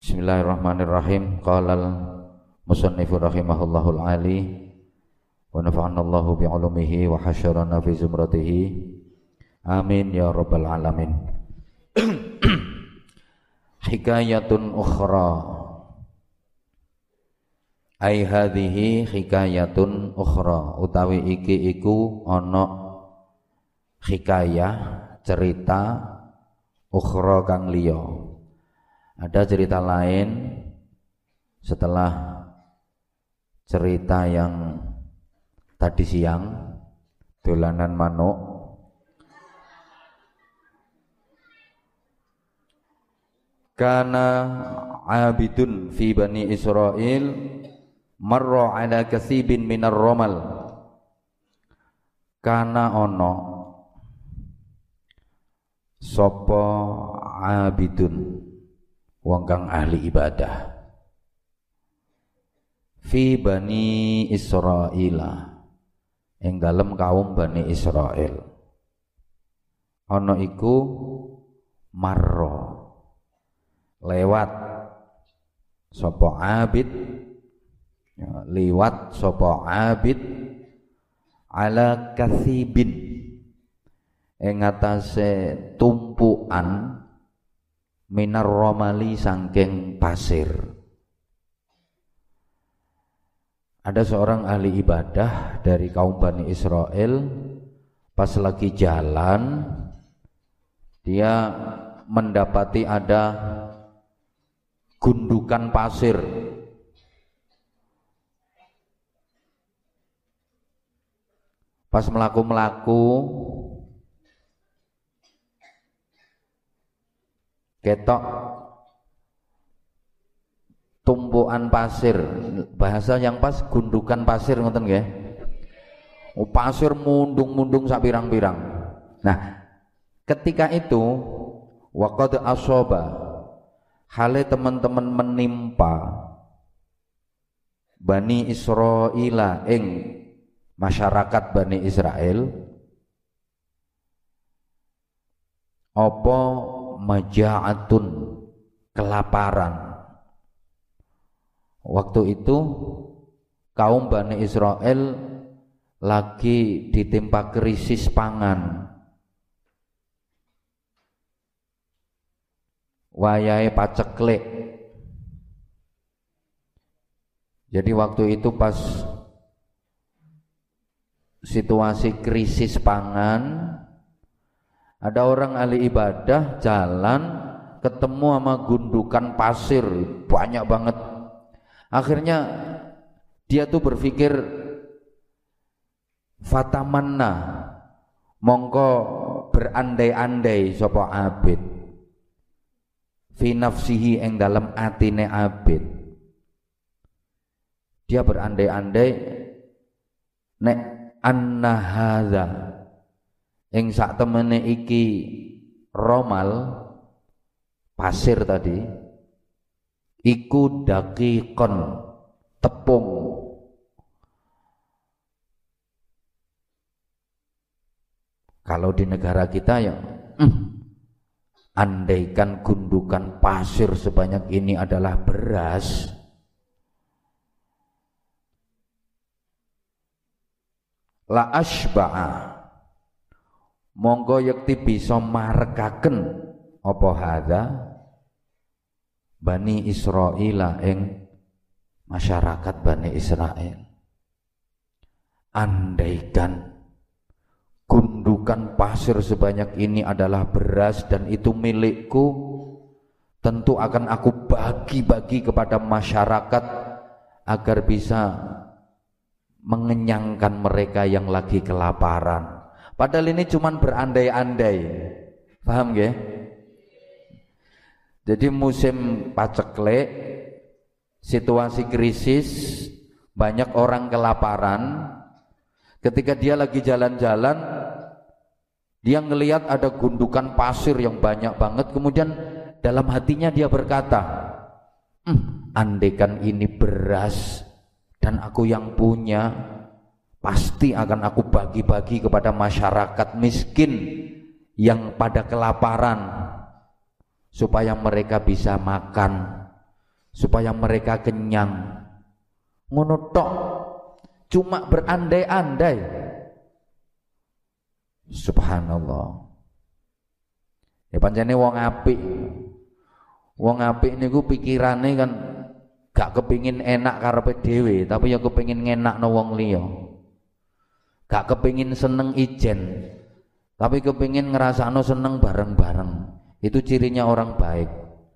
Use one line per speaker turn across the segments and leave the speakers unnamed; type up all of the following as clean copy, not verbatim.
Bismillahirrahmanirrahim. Qalal musannifu rahimahullahul ali wa nafa'anallahu bi'ulumihi wa hasyarana fi zumratihi. Amin ya rabbal alamin. Hikayatun ukhra. Ai hadhihi hikayatun ukhra, utawi iki iku ana hikayah cerita ukhra kang liya. Ada cerita lain setelah cerita yang tadi siang, dolanan manuk. Kana abidun fi bani Israil marra ala katsibin minar romal. Kana ono sapa abidun wong kang ahli ibadah fi bani Israila ing dalem kaum bani Israil. Ana iku marra lewat sapa abid, liwat sapa abid ala katsibin ing atase tumpukan minar romali sangking pasir. Ada seorang ahli ibadah dari kaum Bani Israel, pas lagi jalan dia mendapati ada gundukan pasir. Pas melaku-melaku ketok tumpukan pasir, bahasa yang pas gundukan pasir ngoten nggih. Pasir mundung-mundung sak pirang-pirang. Nah, ketika itu waqad asaba, hale teman-teman menimpa Bani Israila ing masyarakat Bani Israel apa maja'atun, kelaparan. Waktu itu kaum Bani Israel lagi ditimpa krisis pangan. Wayahe paceklik. Jadi waktu itu pas situasi krisis pangan, ada orang ahli ibadah jalan ketemu sama gundukan pasir banyak banget. Akhirnya dia tuh berpikir fatamanna, mongko berandai-andai sapa abid fi nafsihi ing dalam atine abid. Dia berandai-andai nek anna hadza ing sak temene iki romal pasir tadi iku daqiqon, tepung. Kalau di negara kita ya andaikan gundukan pasir sebanyak ini adalah beras, la asba'a, monggo yekti bisa marekaken apa hadza Bani Israila ing masyarakat Bani Israel. Andaikan gundukan pasir sebanyak ini adalah beras dan itu milikku, tentu akan aku bagi-bagi kepada masyarakat agar bisa mengenyangkan mereka yang lagi kelaparan. Padahal ini cuman berandai-andai. Paham nggih? Jadi musim paceklik, situasi krisis, banyak orang kelaparan. Ketika dia lagi jalan-jalan, dia ngelihat ada gundukan pasir yang banyak banget. Kemudian dalam hatinya dia berkata, andaikan ini beras dan aku yang punya, pasti akan aku bagi-bagi kepada masyarakat miskin yang pada kelaparan, supaya mereka bisa makan, supaya mereka kenyang. Ngono tok, cuma berandai-andai. Subhanallah. Ya pancene wong apik. Wong apik niku pikirane kan gak kepingin enak karepe dhewe, tapi ya kepingin ngenakno wong liya. Gak kepingin seneng ijen, tapi kepingin ngerasano seneng bareng-bareng. Itu cirinya orang baik.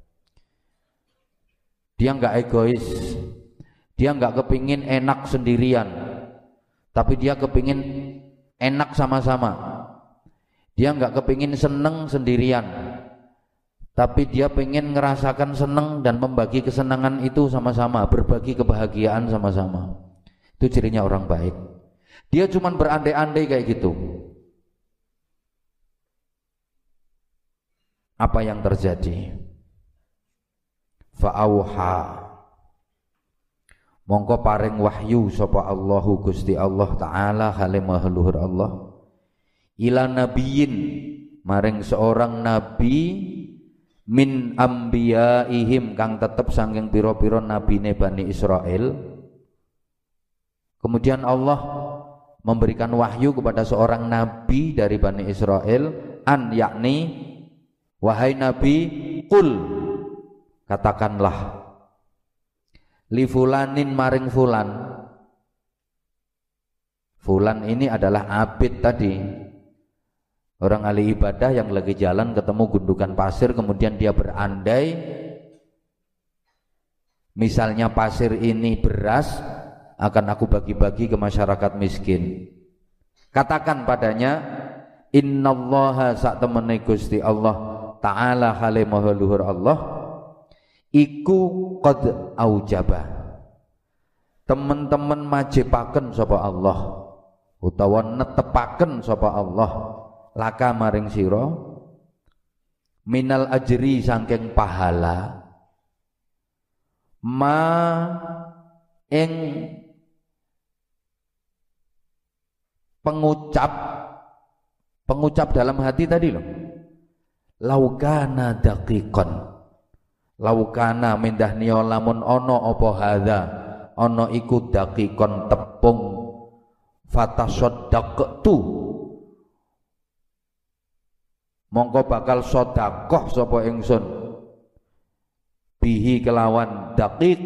Dia gak egois. Dia nggak kepingin enak sendirian, tapi dia kepingin enak sama-sama. Dia nggak kepingin seneng sendirian, tapi dia pengen ngerasakan seneng dan membagi kesenangan itu sama-sama, berbagi kebahagiaan sama-sama. Itu cirinya orang baik. Dia cuma berandai-andai kayak gitu. Apa yang terjadi? Fa'auha, mongko paring wahyu sapa Allahu Gusti Allah Ta'ala hale maha luhur Allah ila nabiyin maring seorang nabi min ambiyaihim kang tetep saking pira-pira nabine Bani Israel. Kemudian Allah memberikan wahyu kepada seorang nabi dari Bani Israel, an yakni wahai nabi, qul katakanlah li fulanin maring fulan. Fulan ini adalah abid tadi, orang ahli ibadah yang lagi jalan ketemu gundukan pasir, kemudian dia berandai misalnya pasir ini beras, akan aku bagi-bagi ke masyarakat miskin. Katakan padanya, innallaha sak temene Gusti Allah Ta'ala hale maha luhur Allah iku qad aujaba, teman-teman majibaken sapa Allah utawa netepaken sapa Allah laka maring sira minal ajri saking pahala ma ing pengucap dalam hati tadi loh, laukana daqiqan, laukana mindah niya lamun ana apa hadza ana iku daqiqon tepung fatasaddaqtu mongko bakal sedekah sapa ingsun bihi kelawan daqiq.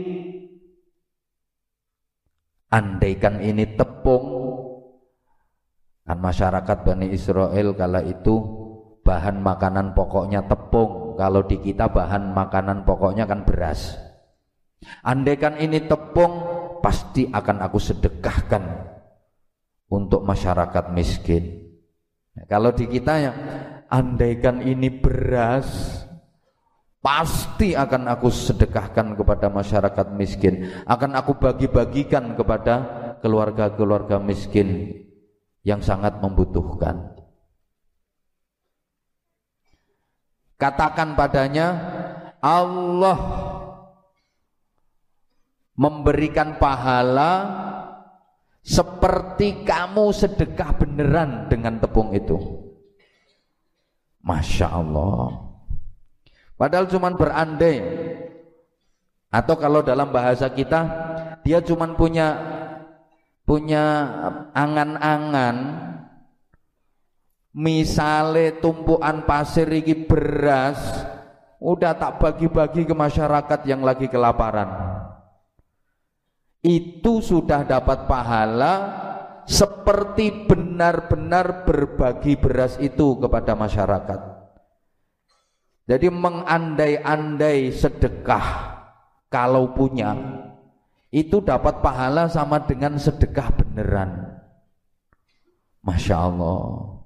Andaikan ini tepung, kan masyarakat Bani Israel kala itu bahan makanan pokoknya tepung, kalau di kita bahan makanan pokoknya kan beras. Andaikan ini tepung, pasti akan aku sedekahkan untuk masyarakat miskin. Nah, kalau di kita ya, andaikan ini beras, pasti akan aku sedekahkan kepada masyarakat miskin, akan aku bagi-bagikan kepada keluarga-keluarga miskin yang sangat membutuhkan. Katakan padanya, Allah memberikan pahala seperti kamu sedekah beneran dengan tepung itu. Masya Allah. Padahal cuman berandai, atau kalau dalam bahasa kita dia cuman punya angan-angan, misale tumpuan pasir iki beras udah tak bagi-bagi ke masyarakat yang lagi kelaparan, itu sudah dapat pahala seperti benar-benar berbagi beras itu kepada masyarakat. Jadi mengandai-andai sedekah kalau punya itu dapat pahala sama dengan sedekah beneran. Masya Allah.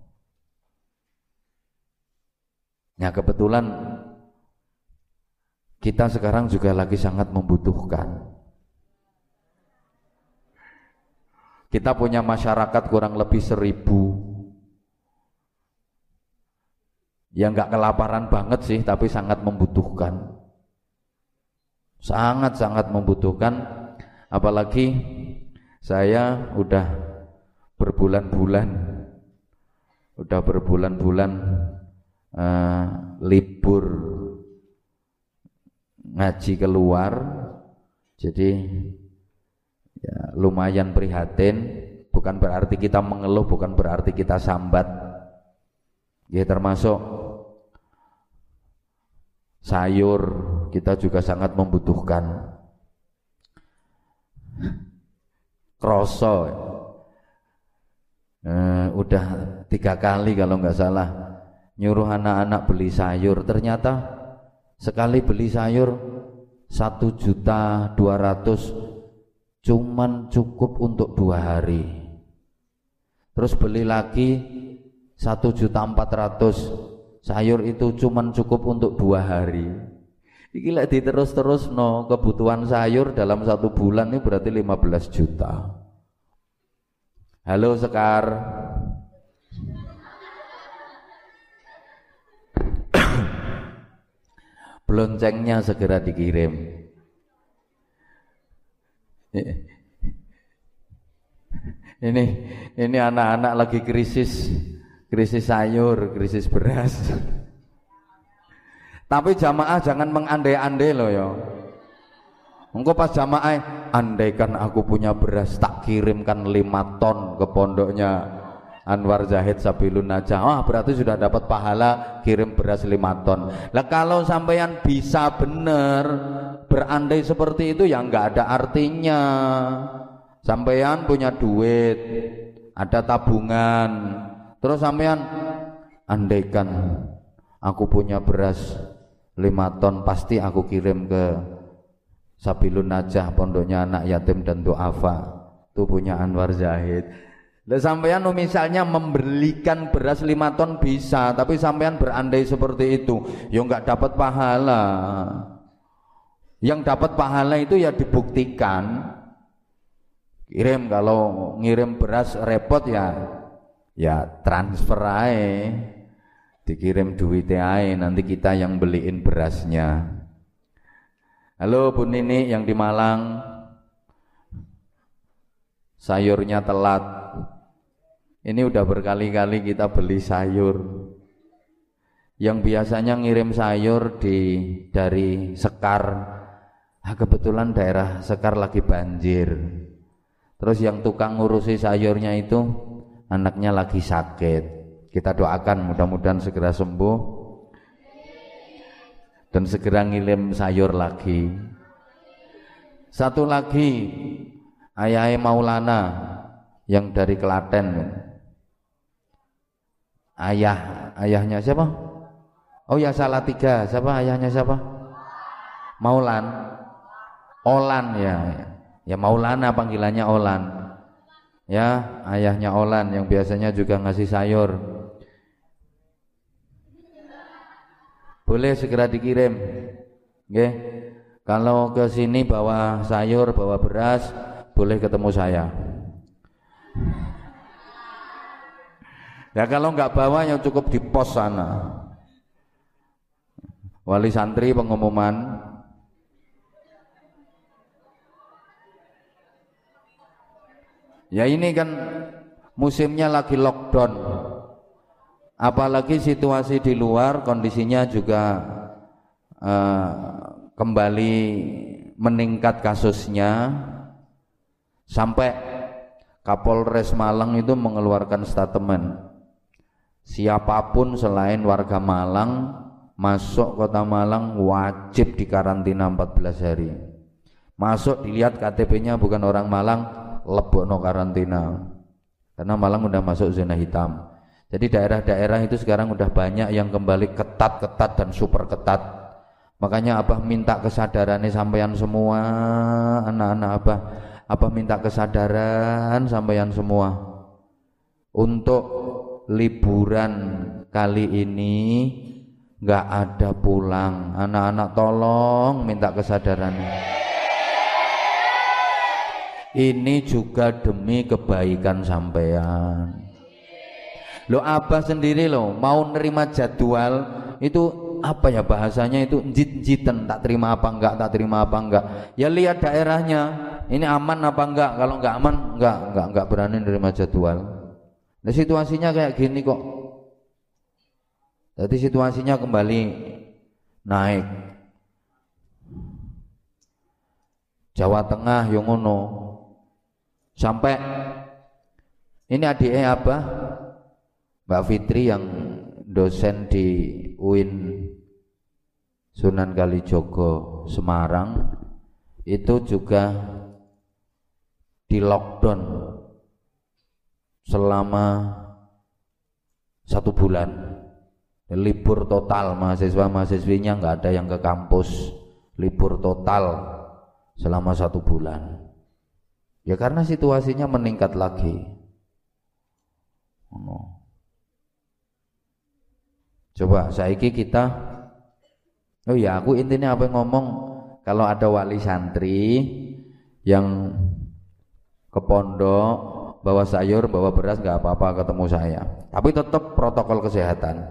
Ya kebetulan kita sekarang juga lagi sangat membutuhkan. Kita punya masyarakat kurang lebih 1000 yang nggak kelaparan banget sih, tapi sangat membutuhkan, sangat-sangat membutuhkan. Apalagi saya udah berbulan-bulan libur ngaji keluar, Jadi ya, lumayan prihatin. Bukan berarti kita mengeluh, bukan berarti kita sambat. Ya, termasuk sayur kita juga sangat membutuhkan. Kroso, udah 3 kali kalau nggak salah nyuruh anak-anak beli sayur. Ternyata sekali beli sayur 1.200.000 cuman cukup untuk 2 hari. Terus beli lagi 1.400.000, sayur itu cuman cukup untuk 2 hari. Iki lek diterus-terus no, kebutuhan sayur dalam 1 bulan ini berarti 15 juta. Halo Sekar. Beloncengnya segera dikirim. Ini anak-anak lagi krisis sayur, krisis beras. Tapi jamaah jangan mengandai-andai loh ya. Engko pas jamaah, andaikan aku punya beras tak kirimkan 5 ton ke pondoknya Anwar Zahid Sabilun Najah. Wah, berarti sudah dapat pahala kirim beras 5 ton. Lah kalau sampean bisa bener berandai seperti itu ya enggak ada artinya. Sampean punya duit, ada tabungan, terus sampean andaikan aku punya beras 5 ton pasti aku kirim ke Sabilun Najah, pondoknya anak yatim dan duafa. Itu punya Anwar Zahid. Lah sampean misalnya membelikan beras 5 ton bisa, tapi sampean berandai seperti itu, ya enggak dapat pahala. Yang dapat pahala itu ya dibuktikan. Kirim, kalau ngirim beras repot ya transfer aja, dikirim duitnya aja, nanti kita yang beliin berasnya. Halo Bu Nini yang di Malang, sayurnya telat. Ini udah berkali-kali kita beli sayur. Yang biasanya ngirim sayur dari Sekar, kebetulan daerah Sekar lagi banjir. Terus yang tukang ngurusi sayurnya itu anaknya lagi sakit. Kita doakan mudah-mudahan segera sembuh dan segera ngirim sayur lagi. Satu lagi Ayah Maulana yang dari Klaten. Ayahnya siapa? Oh ya, salah 3. Siapa ayahnya siapa? Olan ya. Ya Maulana panggilannya Olan. Ya, ayahnya Olan yang biasanya juga ngasih sayur. Boleh segera dikirim. Oke. Kalau ke sini bawa sayur, bawa beras, boleh ketemu saya. Ya kalau nggak bawa ya cukup di pos sana. Wali santri pengumuman. Ya ini kan musimnya lagi lockdown, apalagi situasi di luar kondisinya juga kembali meningkat kasusnya, sampai Kapolres Malang itu mengeluarkan statement, siapapun selain warga Malang masuk kota Malang wajib dikarantina 14 hari. Masuk dilihat KTP-nya bukan orang Malang, lebokno karantina, karena Malang udah masuk zona hitam. Jadi daerah-daerah itu sekarang udah banyak yang kembali ketat dan super ketat. Makanya Abah minta kesadarannya sampeyan semua, anak-anak Abah minta kesadaran sampeyan semua untuk liburan kali ini nggak ada pulang. Anak-anak tolong minta kesadarannya. Ini juga demi kebaikan sampean. Lo Abah sendiri lo mau nerima jadwal itu apa ya bahasanya itu njit-njitan, tak terima apa enggak. Ya lihat daerahnya, ini aman apa enggak. Kalau enggak aman enggak berani nerima jadwal. Nah situasinya kayak gini kok. Jadi situasinya kembali naik. Jawa Tengah yang ngono. Sampai ini adiknya apa? Mbak Fitri yang dosen di UIN Sunan Kalijogo Semarang itu juga di lockdown selama 1 bulan, libur total, mahasiswa-mahasiswinya nggak ada yang ke kampus, libur total selama 1 bulan. Ya karena situasinya meningkat lagi. Coba saiki kita, oh ya aku intinya apa yang ngomong, kalau ada wali santri yang ke pondok bawa sayur, bawa beras nggak apa-apa ketemu saya, tapi tetap protokol kesehatan.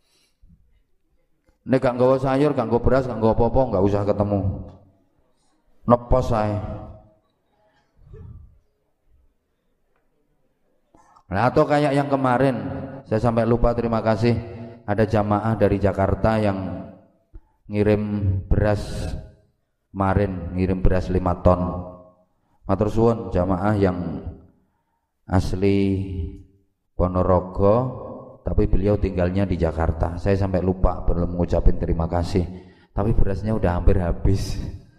Nek gak nggawa sayur, gak nggawa beras, gak nggawa apa-apa, nggak usah ketemu. Nepos saya. Nah, atau kayak yang kemarin, saya sampai lupa terima kasih, ada jamaah dari Jakarta yang ngirim beras kemarin, ngirim beras 5 ton. Matur suwun jamaah yang asli Ponorogo tapi beliau tinggalnya di Jakarta. Saya sampai lupa belum mengucapin terima kasih, tapi berasnya udah hampir habis.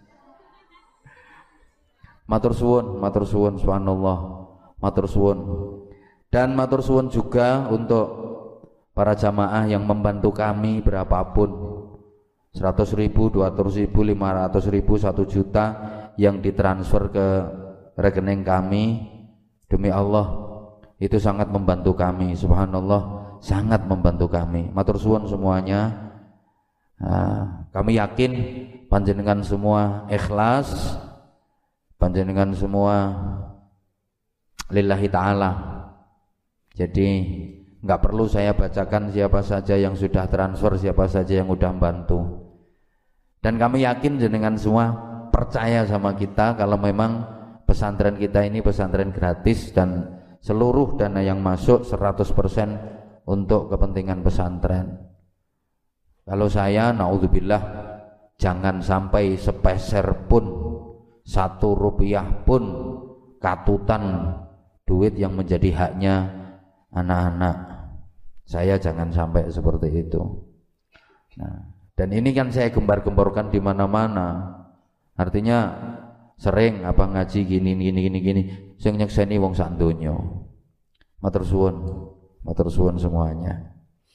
Matur suwun subhanallah, matur suwun. Dan matur suwun juga untuk para jamaah yang membantu kami berapapun, 100.000, 200.000, 500.000, 1 juta yang ditransfer ke rekening kami. Demi Allah itu sangat membantu kami, subhanallah, sangat membantu kami. Matur suwun semuanya. Kami yakin panjenengan semua ikhlas, panjenengan semua lillahi ta'ala. Jadi nggak perlu saya bacakan siapa saja yang sudah transfer, siapa saja yang sudah membantu. Dan kami yakin jenengan semua percaya sama kita kalau memang pesantren kita ini pesantren gratis dan seluruh dana yang masuk 100% untuk kepentingan pesantren. Kalau saya naudzubillah jangan sampai sepeser pun, 1 rupiah pun katutan duit yang menjadi haknya anak-anak saya, jangan sampai seperti itu. Nah, dan ini kan saya gembar-gemborkan di mana-mana. Artinya sering apa ngaji gini sing nyekseni wong sak donya. Matur suwun semuanya.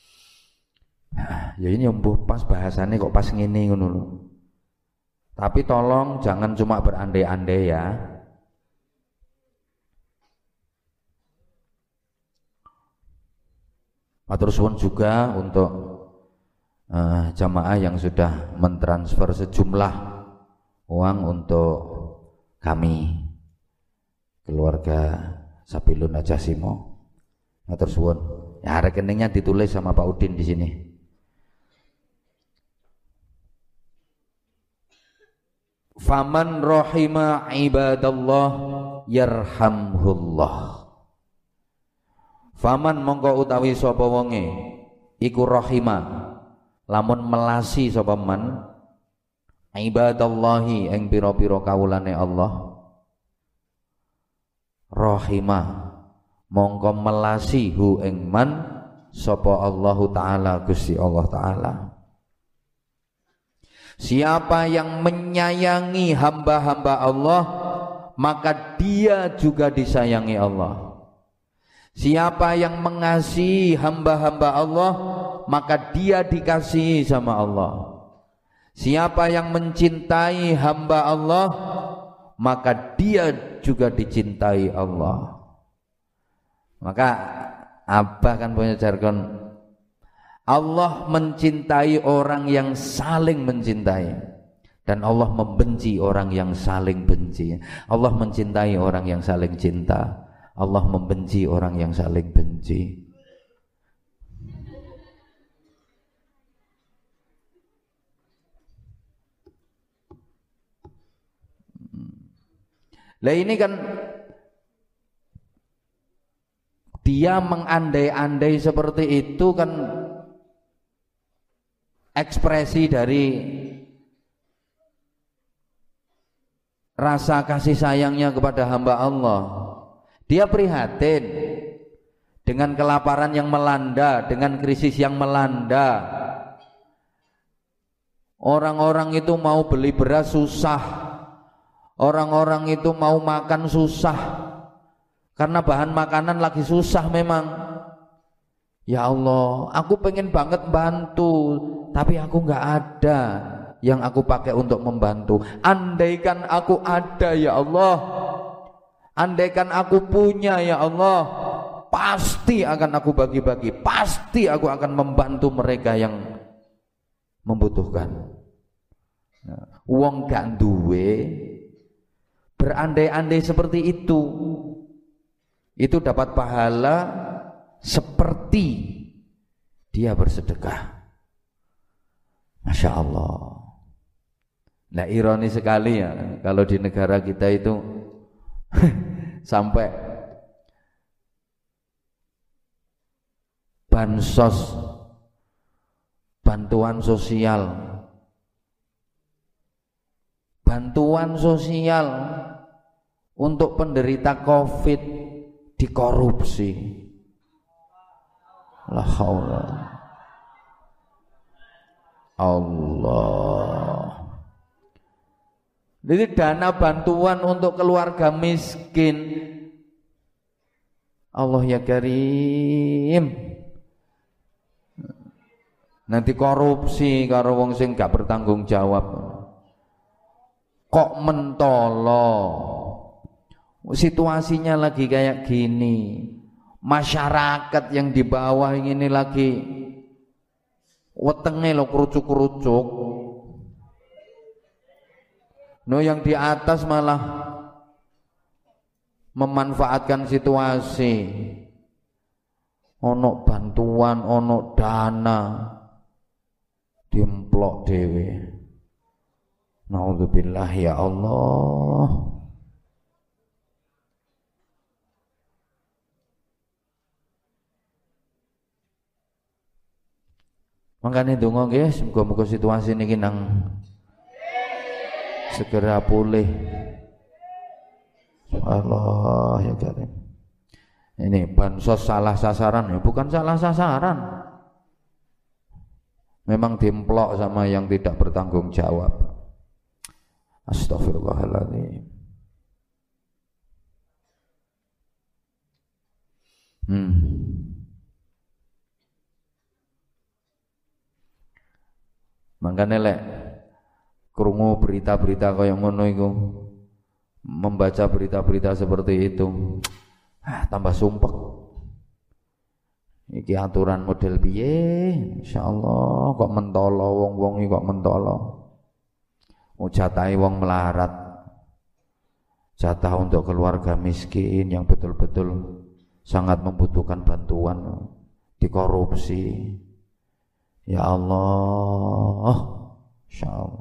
Ya ini mbuh pas bahasane kok pas ngene ngono lho. Tapi tolong jangan cuma berandai-andai ya. Matur suwun juga untuk jamaah yang sudah mentransfer sejumlah uang untuk kami, keluarga Sabilun Najasimo. Matur suwun. Ya rekeningnya ditulis sama Pak Udin di sini. Faman rahima ibadallah yarhamhullah. Faman mongko utawi sapa wonge iku rahima lamun melasi sapa man ibadallahi ing pira-pira kawulane Allah, rahima mongko melasi hu ing man sapa Allah taala Gusti Allah taala. Siapa yang menyayangi hamba-hamba Allah, maka dia juga disayangi Allah. Siapa yang mengasihi hamba-hamba Allah, maka dia dikasihi sama Allah. Siapa yang mencintai hamba Allah, maka dia juga dicintai Allah. Maka apa kan punya jargon, Allah mencintai orang yang saling mencintai, dan Allah membenci orang yang saling benci. Allah mencintai orang yang saling cinta, Allah membenci orang yang saling benci. Lah ini kan dia mengandai-andai seperti itu kan ekspresi dari rasa kasih sayangnya kepada hamba Allah. Dia prihatin dengan kelaparan yang melanda, dengan krisis yang melanda. Orang-orang itu mau beli beras susah, orang-orang itu mau makan susah, karena bahan makanan lagi susah memang. Ya Allah, aku pengen banget bantu, tapi aku nggak ada yang aku pakai untuk membantu. Andaikan aku ada ya Allah, andaikan aku punya ya Allah, pasti akan aku bagi-bagi, pasti aku akan membantu mereka yang membutuhkan. Wong gak duwe berandai-andai seperti itu dapat pahala seperti dia bersedekah. Masya Allah. Nah, ironi sekali ya kalau di negara kita itu sampai bansos, bantuan sosial untuk penderita COVID dikorupsi. La haula. Allah. Jadi dana bantuan untuk keluarga miskin, Allah ya Karim, nanti korupsi karo wong sing gak bertanggung jawab. Kok mentolo, situasinya lagi kayak gini, masyarakat yang di bawah ini lagi wetenge lo kerucuk-kerucuk, no yang di atas malah memanfaatkan situasi, ono bantuan, ono dana, dimplok dewe. Naudzubillah ya Allah. Makanya donga guys, muga-muga situasi niki nang segera pulih. Allah ya Karim. Ini bansos salah sasaran ya, bukan salah sasaran. Memang dimplok sama yang tidak bertanggung jawab. Astaghfirullahaladzim. Makanya lek krungu berita-berita kaya ngono iku, membaca berita-berita seperti itu, tambah sumpek. Iki aturan model piye? Insyaallah kok mentolo wong-wong iki kok mentolo. Jatahi wong melarat, jatah untuk keluarga miskin yang betul-betul sangat membutuhkan bantuan dikorupsi. Ya Allah, insyaallah.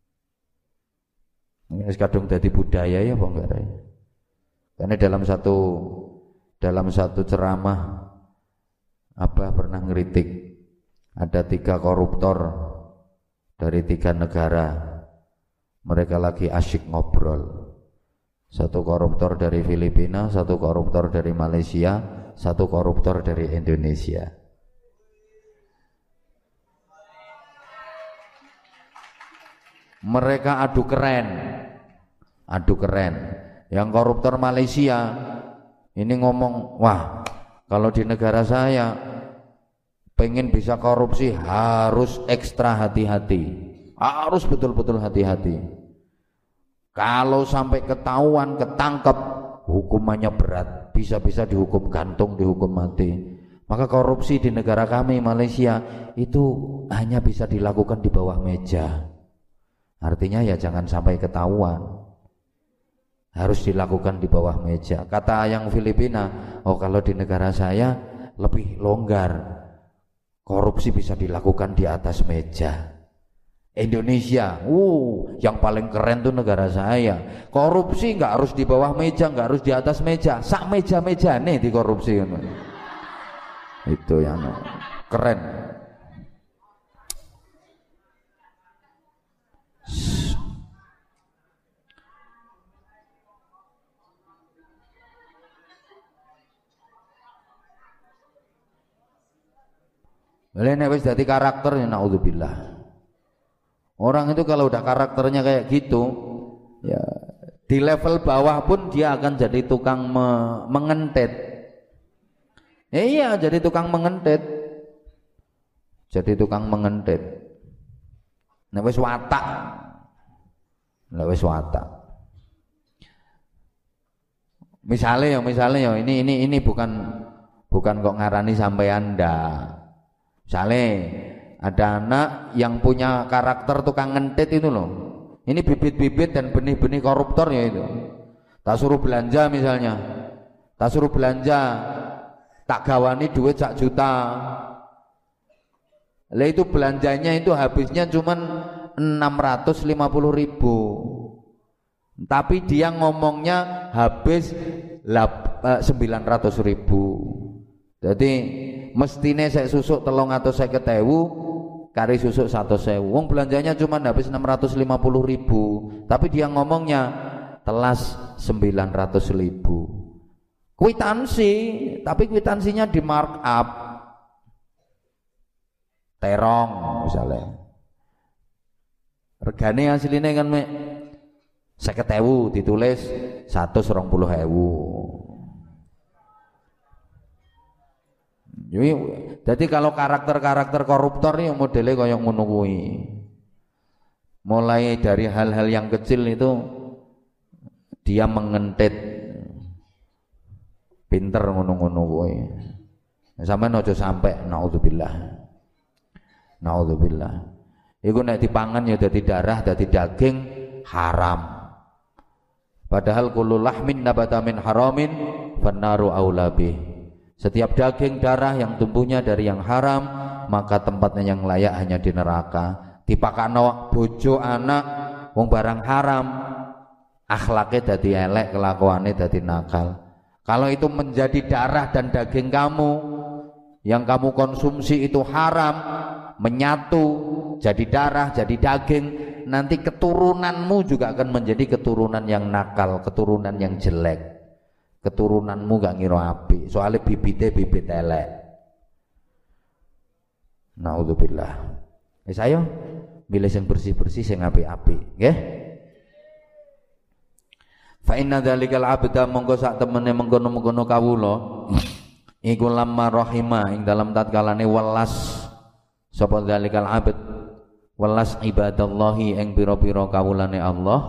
Ini kadung dadi budaya ya apa enggak? Karena dalam satu ceramah Abah pernah ngeritik ada 3 koruptor dari 3 negara. Mereka lagi asyik ngobrol. 1 koruptor dari Filipina, 1 koruptor dari Malaysia, 1 koruptor dari Indonesia. Mereka adu keren. Yang koruptor Malaysia ini ngomong, wah kalau di negara saya pengen bisa korupsi harus ekstra hati-hati. Harus betul-betul hati-hati. Kalau sampai ketahuan, ketangkep, hukumannya berat, bisa-bisa dihukum gantung, dihukum mati. Maka korupsi di negara kami Malaysia itu hanya bisa dilakukan di bawah meja. Artinya ya jangan sampai ketahuan, harus dilakukan di bawah meja. Kata yang Filipina, oh kalau di negara saya lebih longgar, korupsi bisa dilakukan di atas meja. Indonesia, yang paling keren tuh negara saya. Korupsi nggak harus di bawah meja, nggak harus di atas meja, sak meja-meja nih di korupsi. Itu yang keren. Lah nek wis dadi karakter ya naudzubillah. Orang itu kalau udah karakternya kayak gitu, ya di level bawah pun dia akan jadi tukang mengentet. Iya, jadi tukang mengentet. Jadi tukang mengentet. Nek wis watak. Nek wis watak. Misalnya ya ini bukan kok ngarani sampai Anda. Misalnya ada anak yang punya karakter tukang ngentit itu loh. Ini bibit-bibit dan benih-benih koruptor ya itu. Tak suruh belanja misalnya. Tak suruh belanja. Tak gawani duit 1 juta. Lah itu belanjanya itu habisnya cuman 650.000. Tapi dia ngomongnya habis 900.000. Jadi mestine saya susuk 350.000 kari susuk 100.000. Wong belanjanya cuma habis 650.000, tapi dia ngomongnya telas 900.000. Kwitansi, tapi kwitansinya di markup. Terong misalnya. Regane aslinya kan 50.000 ditulis 120.000. Jadi kalau karakter-karakter koruptor ini modelnya kayak ngono kuwi. Mulai dari hal-hal yang kecil itu dia mengentit. Pinter ngono-ngono kuwi. Sampeyan aja sampai naudzubillah. Naudzubillah. Iku nek dipangan ya dadi darah, dadi daging haram. Padahal kullu lahmin nabata min haramin fannaru aula bih. Setiap daging darah yang tumbuhnya dari yang haram, maka tempatnya yang layak hanya di neraka. Dipakano bojo anak wong barang haram, akhlaknya dadi elek, kelakuannya dadi nakal. Kalau itu menjadi darah dan daging kamu yang kamu konsumsi itu haram, menyatu jadi darah, jadi daging, nanti keturunanmu juga akan menjadi keturunan yang nakal, keturunan yang jelek. Keturunanmu gak ngira api, soalnya bibit elek. Naudzubillah. Ayo milih yang bersih-bersih, yang apik-apik, nggih. Fa inna dzalikal abda monggo sak temene mengkono-mengkono kawula iku lamma rahima ing dalam tatkalane welas sapa dzalikal abd welas ibadallahi ing pira-pira kawulane Allah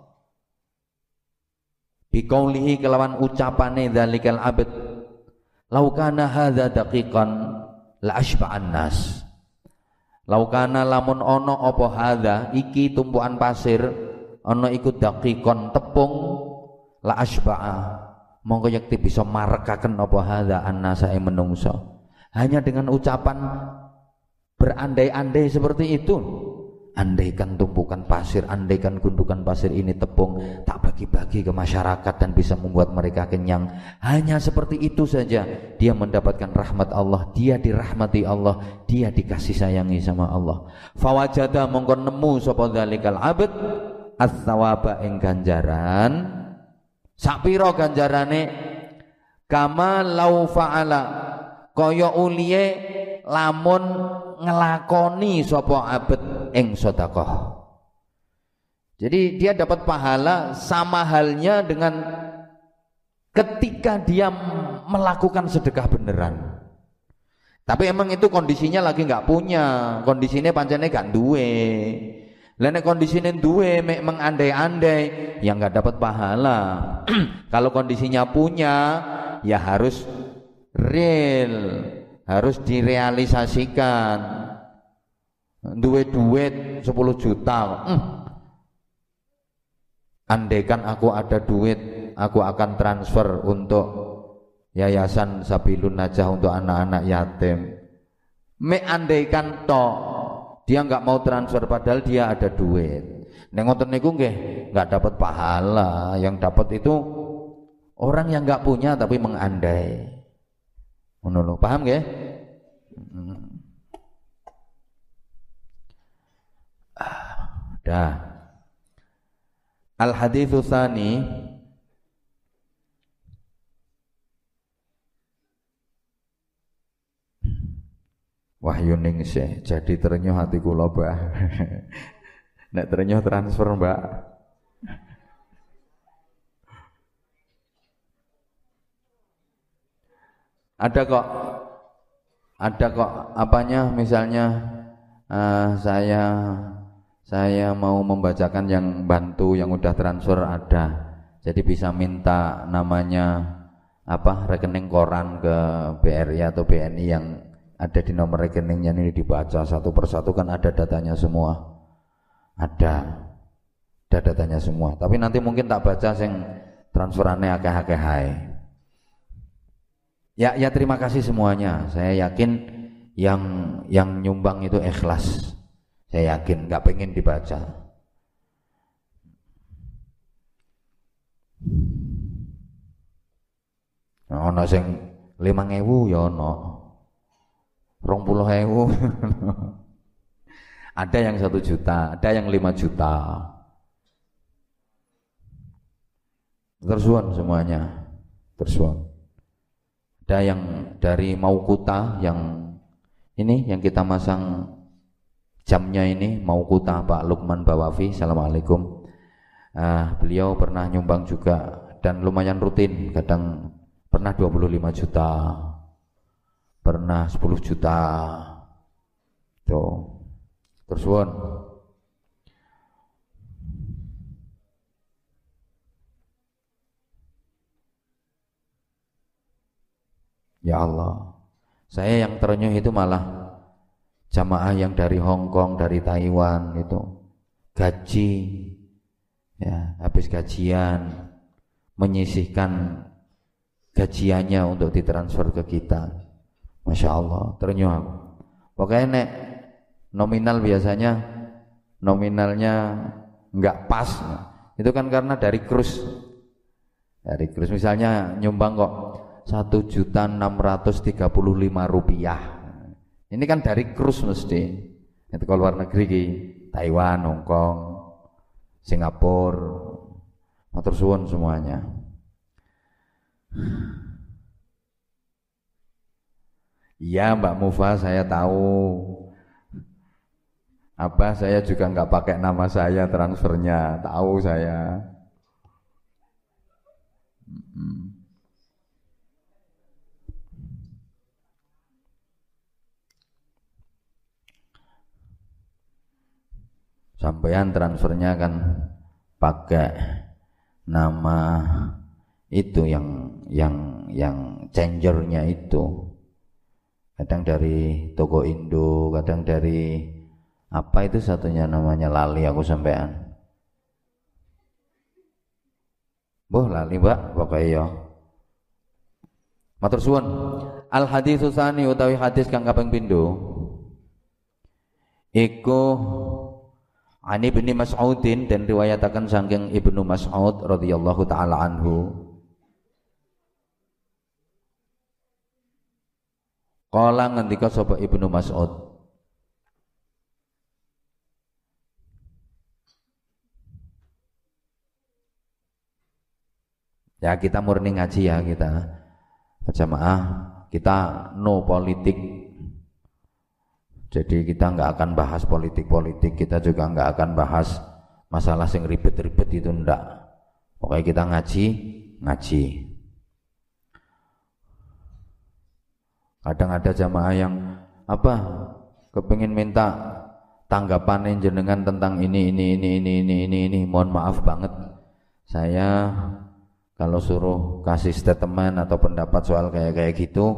biqaulihi kelawan ucapane dzalikal abd laukana hadza daqiqan la asba'an nas laukana lamun ana apa hadza iki tumpukan pasir ana iku daqiqan tepung la asba'a monggo yakti bisa marekaken apa hadza annasa ing menungso hanya dengan ucapan berandai-andai seperti itu. Andaikan tumpukan pasir, andaikan gundukan pasir ini tepung, tak bagi-bagi ke masyarakat dan bisa membuat mereka kenyang. Hanya seperti itu saja dia mendapatkan rahmat Allah, dia dirahmati Allah, dia dikasih sayangi sama Allah. Fawajada mongko nemu sapa dzalikal abd as-sawaba ing ganjaran. Sapiro ganjarane kama lau fa'ala kaya uliye lamun ngelakoni sapa abd ing sedekah. Jadi dia dapat pahala sama halnya dengan ketika dia melakukan sedekah beneran. Tapi emang itu kondisinya lagi nggak punya, kondisinya pancene gak duwe. Lah nek kondisine duwe mek mengandai-andai ya nggak dapat pahala. Kalau kondisinya punya ya harus real, harus direalisasikan. Duwe duit 10 juta. Andaikan aku ada duit, aku akan transfer untuk yayasan Sabilun Najah untuk anak-anak yatim. Mek andaikan tok, dia nggak mau transfer padahal dia ada duit. Nek ngoten niku nggih nggak dapat pahala. Yang dapat itu orang yang nggak punya tapi mengandai. Ngono, paham nggih? Dah. Al haditsu tsani Wahyu Ningsih, jadi terenyuh hati kula, Mbak. Nek terenyuh transfer, Mbak. Ada kok apanya misalnya saya mau membacakan yang bantu yang udah transfer ada. Jadi bisa minta namanya rekening koran ke BRI atau BNI yang ada di nomor rekeningnya ini dibaca satu persatu, kan ada datanya semua. Ada datanya semua. Tapi nanti mungkin tak baca sing transferannya akeh-akeh hai. Ya terima kasih semuanya. Saya yakin yang nyumbang itu ikhlas. Saya yakin nggak pengen dibaca. Ono sing 5.000 ya ono. 20.000. Ada yang 1 juta, ada yang 5 juta. Tersuan semuanya. Tersuan. Ada yang dari Maukuta yang ini yang kita masang jamnya ini, Maukuta Pak Lukman Bawafi. Assalamualaikum. Beliau pernah nyumbang juga dan lumayan rutin, kadang pernah 25 juta, pernah 10 juta. Tuh. Tersuwun. Ya Allah, saya yang terenyuh itu malah jamaah yang dari Hong Kong, dari Taiwan itu gaji, ya habis gajian menyisihkan gajiannya untuk ditransfer ke kita. Masya Allah, terenyuh aku. Pokoknya nek nominal biasanya nominalnya nggak pas, itu kan karena dari krus misalnya nyumbang kok 1.635.000 rupiah. Ini kan dari krus mesti. Itu kalau luar negeri ki Taiwan, Hong Kong, Singapura, matur suwun semuanya. Iya Mbak Mufa, saya tahu. Saya juga nggak pakai nama saya transfernya, tahu saya. Sampean transfernya kan pakai nama itu yang changernya itu. Kadang dari toko Indo, kadang dari apa itu satunya namanya lali aku sampean. Boh lali Mbak, pokoknya ya. Matur suwun. Al haditsu tsani utawi hadis kang kaping pindho. Iku Ani bin Mas'udin, dan riwayatakan saking Ibnu Mas'ud radhiyallahu taala anhu. Qala ngendika sapa Ibnu Mas'ud, ya kita murni ngaji ya, kita jamaah, kita no politik. Jadi kita nggak akan bahas politik, kita juga nggak akan bahas masalah yang ribet-ribet itu, ndak. Pokoknya kita ngaji. Kadang ada jamaah yang kepengin minta tanggapan jenengan tentang ini. Mohon maaf banget, saya kalau suruh kasih statement atau pendapat soal kayak gitu,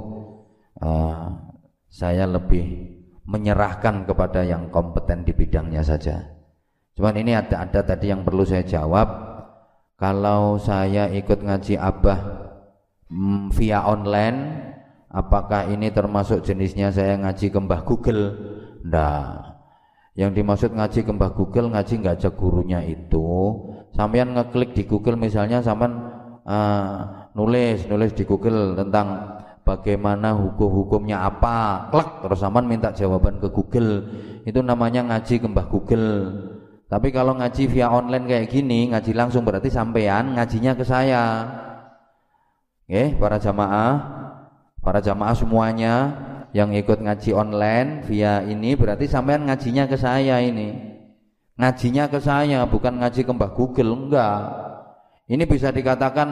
saya lebih menyerahkan kepada yang kompeten di bidangnya saja. Cuman ini ada tadi yang perlu saya jawab. Kalau saya ikut ngaji Abah via online, apakah ini termasuk jenisnya saya ngaji ke Mbah Google? Nggak. Yang dimaksud ngaji ke Mbah Google, ngaji nggak ada gurunya itu. Sampean ngeklik di Google misalnya, sampean nulis di Google tentang bagaimana hukumnya apa, klek, terus sampean minta jawaban ke Google, itu namanya ngaji ke Mbah Google. Tapi kalau ngaji via online kayak gini, ngaji langsung, berarti sampean ngajinya ke saya. Para jamaah semuanya, yang ikut ngaji online via ini, berarti sampean ngajinya ke saya ini. Ngajinya ke saya, bukan ngaji ke Mbah Google, enggak. Ini bisa dikatakan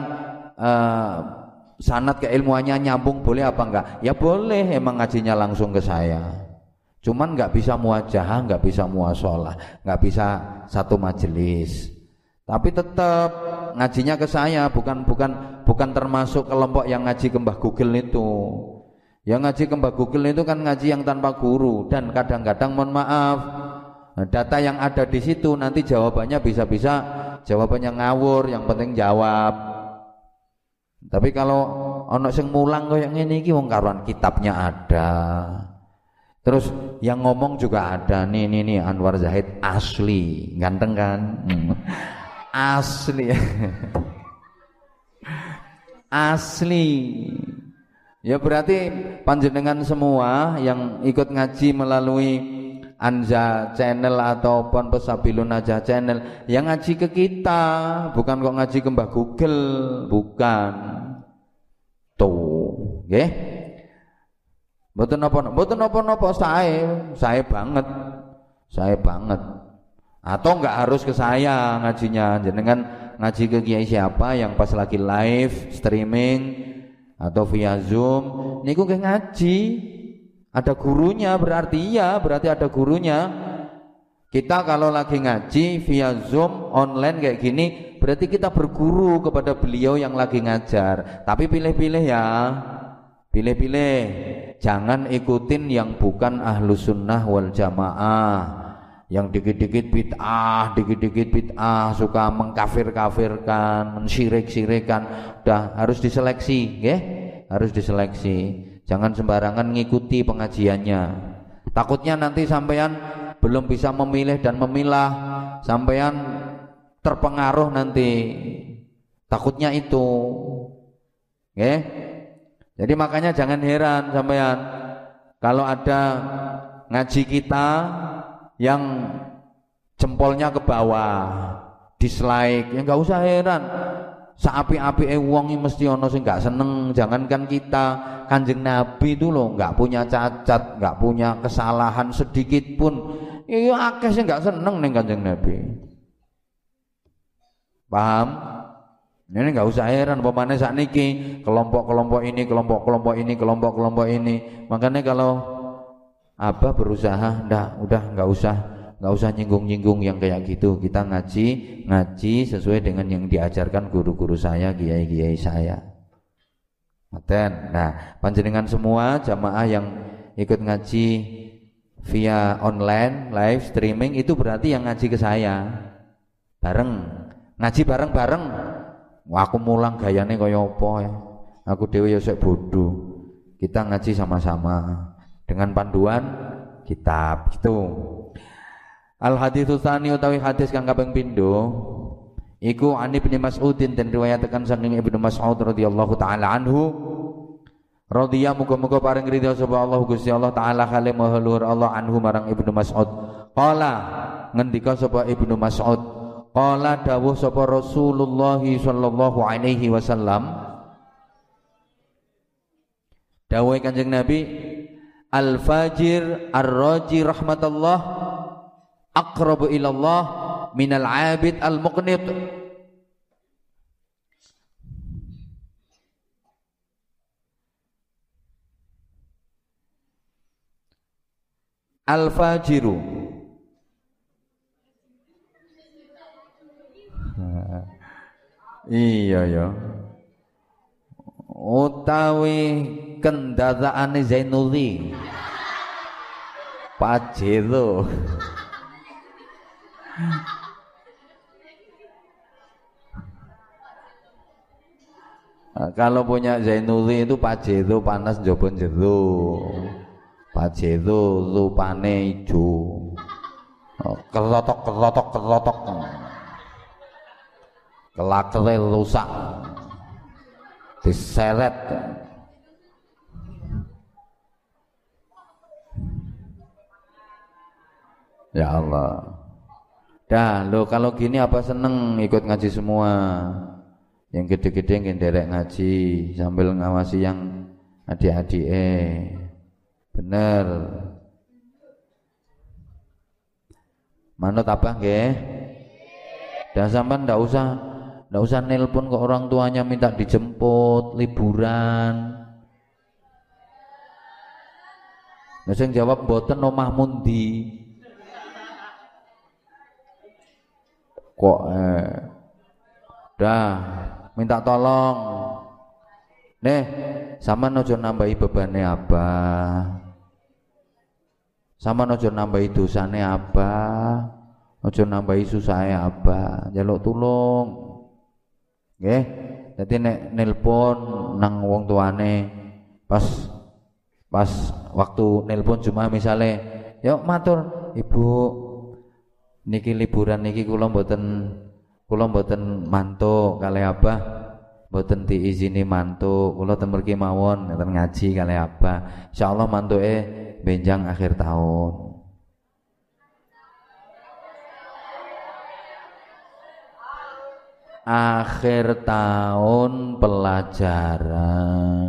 sanad keilmuannya nyambung boleh apa enggak? Ya boleh, emang ngajinya langsung ke saya. Cuman enggak bisa muajahah, enggak bisa muasalah, enggak bisa satu majelis. Tapi tetap ngajinya ke saya, bukan termasuk kelompok yang ngaji ke Mbah Google itu. Yang ngaji ke Mbah Google itu kan ngaji yang tanpa guru, dan kadang-kadang mohon maaf, data yang ada di situ nanti jawabannya bisa-bisa jawabannya ngawur, yang penting jawab. Tapi kalau ono sing mulang koyo ngene iki wong karuan kitabnya ada. Terus yang ngomong juga ada. Nih Anwar Zahid asli, ganteng kan? Asli. Asli. Ya berarti panjenengan semua yang ikut ngaji melalui Anza channel ataupun Pesabilun Najah channel yang ngaji ke kita, bukan kok ngaji ke Mbah Google, bukan. Tuh, nggih. Mboten napa-napa saya banget. Saya banget. Atau enggak harus ke saya ngajinya, jenengan ngaji ke kiai siapa yang pas lagi live streaming atau via Zoom niku nggih ngaji. Ada gurunya, berarti ada gurunya. Kita kalau lagi ngaji via Zoom online kayak gini, berarti kita berguru kepada beliau yang lagi ngajar. Tapi pilih-pilih ya, pilih-pilih. Jangan ikutin yang bukan ahlu sunnah wal jamaah, yang dikit-dikit bid'ah, suka mengkafir-kafirkan, mensyirik-syirikan. Udah harus diseleksi, ya? Harus diseleksi. Jangan sembarangan ngikuti pengajiannya. Takutnya nanti sampean belum bisa memilih dan memilah, sampean terpengaruh nanti. Takutnya itu. Oke? Jadi makanya jangan heran sampean kalau ada ngaji kita yang jempolnya ke bawah, dislike, ya enggak usah heran. Saapi-apike wong iki mesti ana sing enggak seneng. Jangankan kita, Kanjeng Nabi itu loh enggak punya cacat, enggak punya kesalahan sedikit pun. Iya akeh sing enggak seneng ning Kanjeng Nabi. Paham? Ini enggak usah heran pemane sakniki kelompok-kelompok kelompok ini. Makanya kalau Abah berusaha enggak usah nyinggung-nyinggung yang kayak gitu. Kita ngaji sesuai dengan yang diajarkan guru-guru saya, kiai-kiai saya. Nah, panjenengan semua jamaah yang ikut ngaji via online live streaming itu berarti yang ngaji ke saya. Ngaji bareng-bareng. Wah, aku mulang gayane kaya apa ya. Aku dhewe ya sik bodoh. Kita ngaji sama-sama dengan panduan kitab gitu. Al haditsu tsani utawi hadis kang kaping pindho iku ani Ibnu Mas'udin dan riwayataken saking Ibnu Mas'ud radhiyallahu taala anhu radhiya muga-muga paring ridha sapa Allah Gusti Allah taala kale maha luhur Allah anhu marang Ibnu Mas'ud. Qala ngendika sapa Ibnu Mas'ud, qala dawuh sapa Rasulullah sallallahu alaihi wasallam, dawuh Kanjeng Nabi, al fajir ar-raji rahmatullah aqrabu ilallah minal abid al-muqnit. Al-fajiru iya ya utawi kendaraane Zainuli Pajero. Nah, kalau punya Zainuli itu Pajero panas njaba jero. Pajero rupane ijo. Kelotok. Kelakere rusak. Diseret. Ya Allah. Dah lo kalau gini apa seneng ikut ngaji semua. Yang gede-gede ngenderek ngaji sambil ngawasi yang adik-adik Bener. Manut apa nggih? Dah sampean ndak usah nelpon ke orang tuanya minta dijemput liburan. Nah, sing jawab mboten omah mundi. Kok dah minta tolong. Nih, sampean aja nambahi bebane Abah. Sama ojo nambahi dosane Abah, ojo nambahi susahe Abah, njaluk tulung. Nggih. Dadi nek nelpon nang wong tuane pas waktu nelpon cuma misale, "Yuk matur, Ibu. Niki liburan niki kula mboten mantuk kali Abah, mboten diizini mantuk. Kula ten mriki mawon ngeten ngaji kali Abah. Insyaallah mantuke benjang akhir tahun." Akhir tahun pelajaran.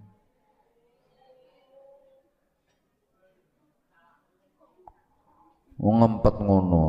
Ngempet ngono.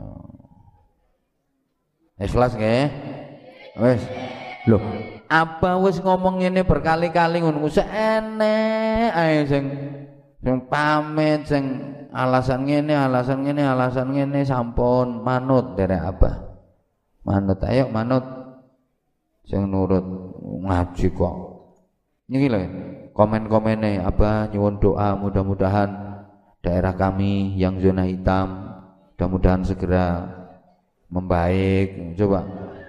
Ikhlas nggih? Wis. Loh, apa wis ngomong ngene berkali-kali ngono wis enek ae sing pamit sing alasan ngene sampun manut derek apa? Manut ayo manut sing nurut ngaji kok. Niki lho komen-komene apa nyuwun doa mudah-mudahan daerah kami yang zona hitam mudah-mudahan segera membaik. Coba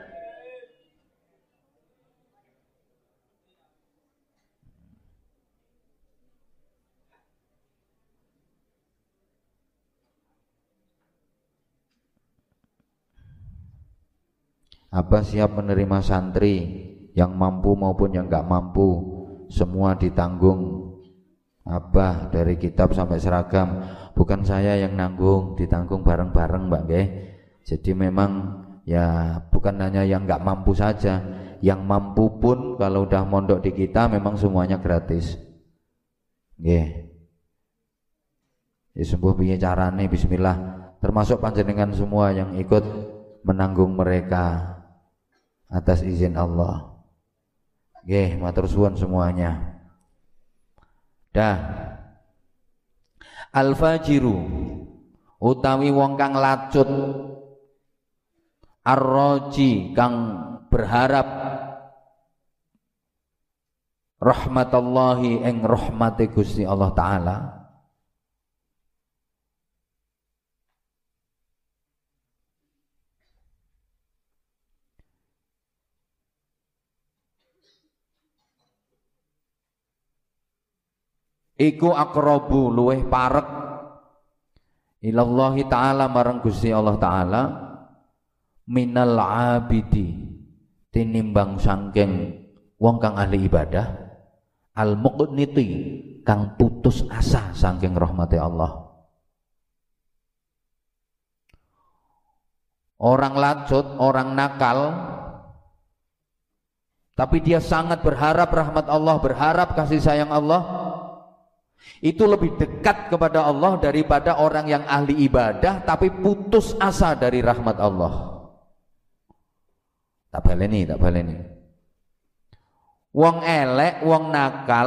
Abah siap menerima santri yang mampu maupun yang enggak mampu, semua ditanggung Abah dari kitab sampai seragam. Bukan saya yang nanggung, ditanggung bareng-bareng Mbak nggih. Jadi memang ya bukan hanya yang enggak mampu saja, yang mampu pun kalau udah mondok di kita memang semuanya gratis. Nggih. Ya sembuh piye carane bismillah, termasuk panjenengan semua yang ikut menanggung mereka atas izin Allah. Nggih, matur suwun semuanya. Dah. Al-fajiru utawi wong kang lacut, ar-raji kang berharap rahmatallahi ing rahmate Gusti Allah taala. Iku aqrabu luweh parek ilallahi ta'ala marang Gusti Allah ta'ala minal abidi tinimbang sangking wong kang ahli ibadah al muqniti kang putus asa sangking rahmati Allah. Orang lacut, orang nakal, tapi dia sangat berharap rahmat Allah, berharap kasih sayang Allah, itu lebih dekat kepada Allah daripada orang yang ahli ibadah tapi putus asa dari rahmat Allah. Tak baleni. Wong elek, wong nakal,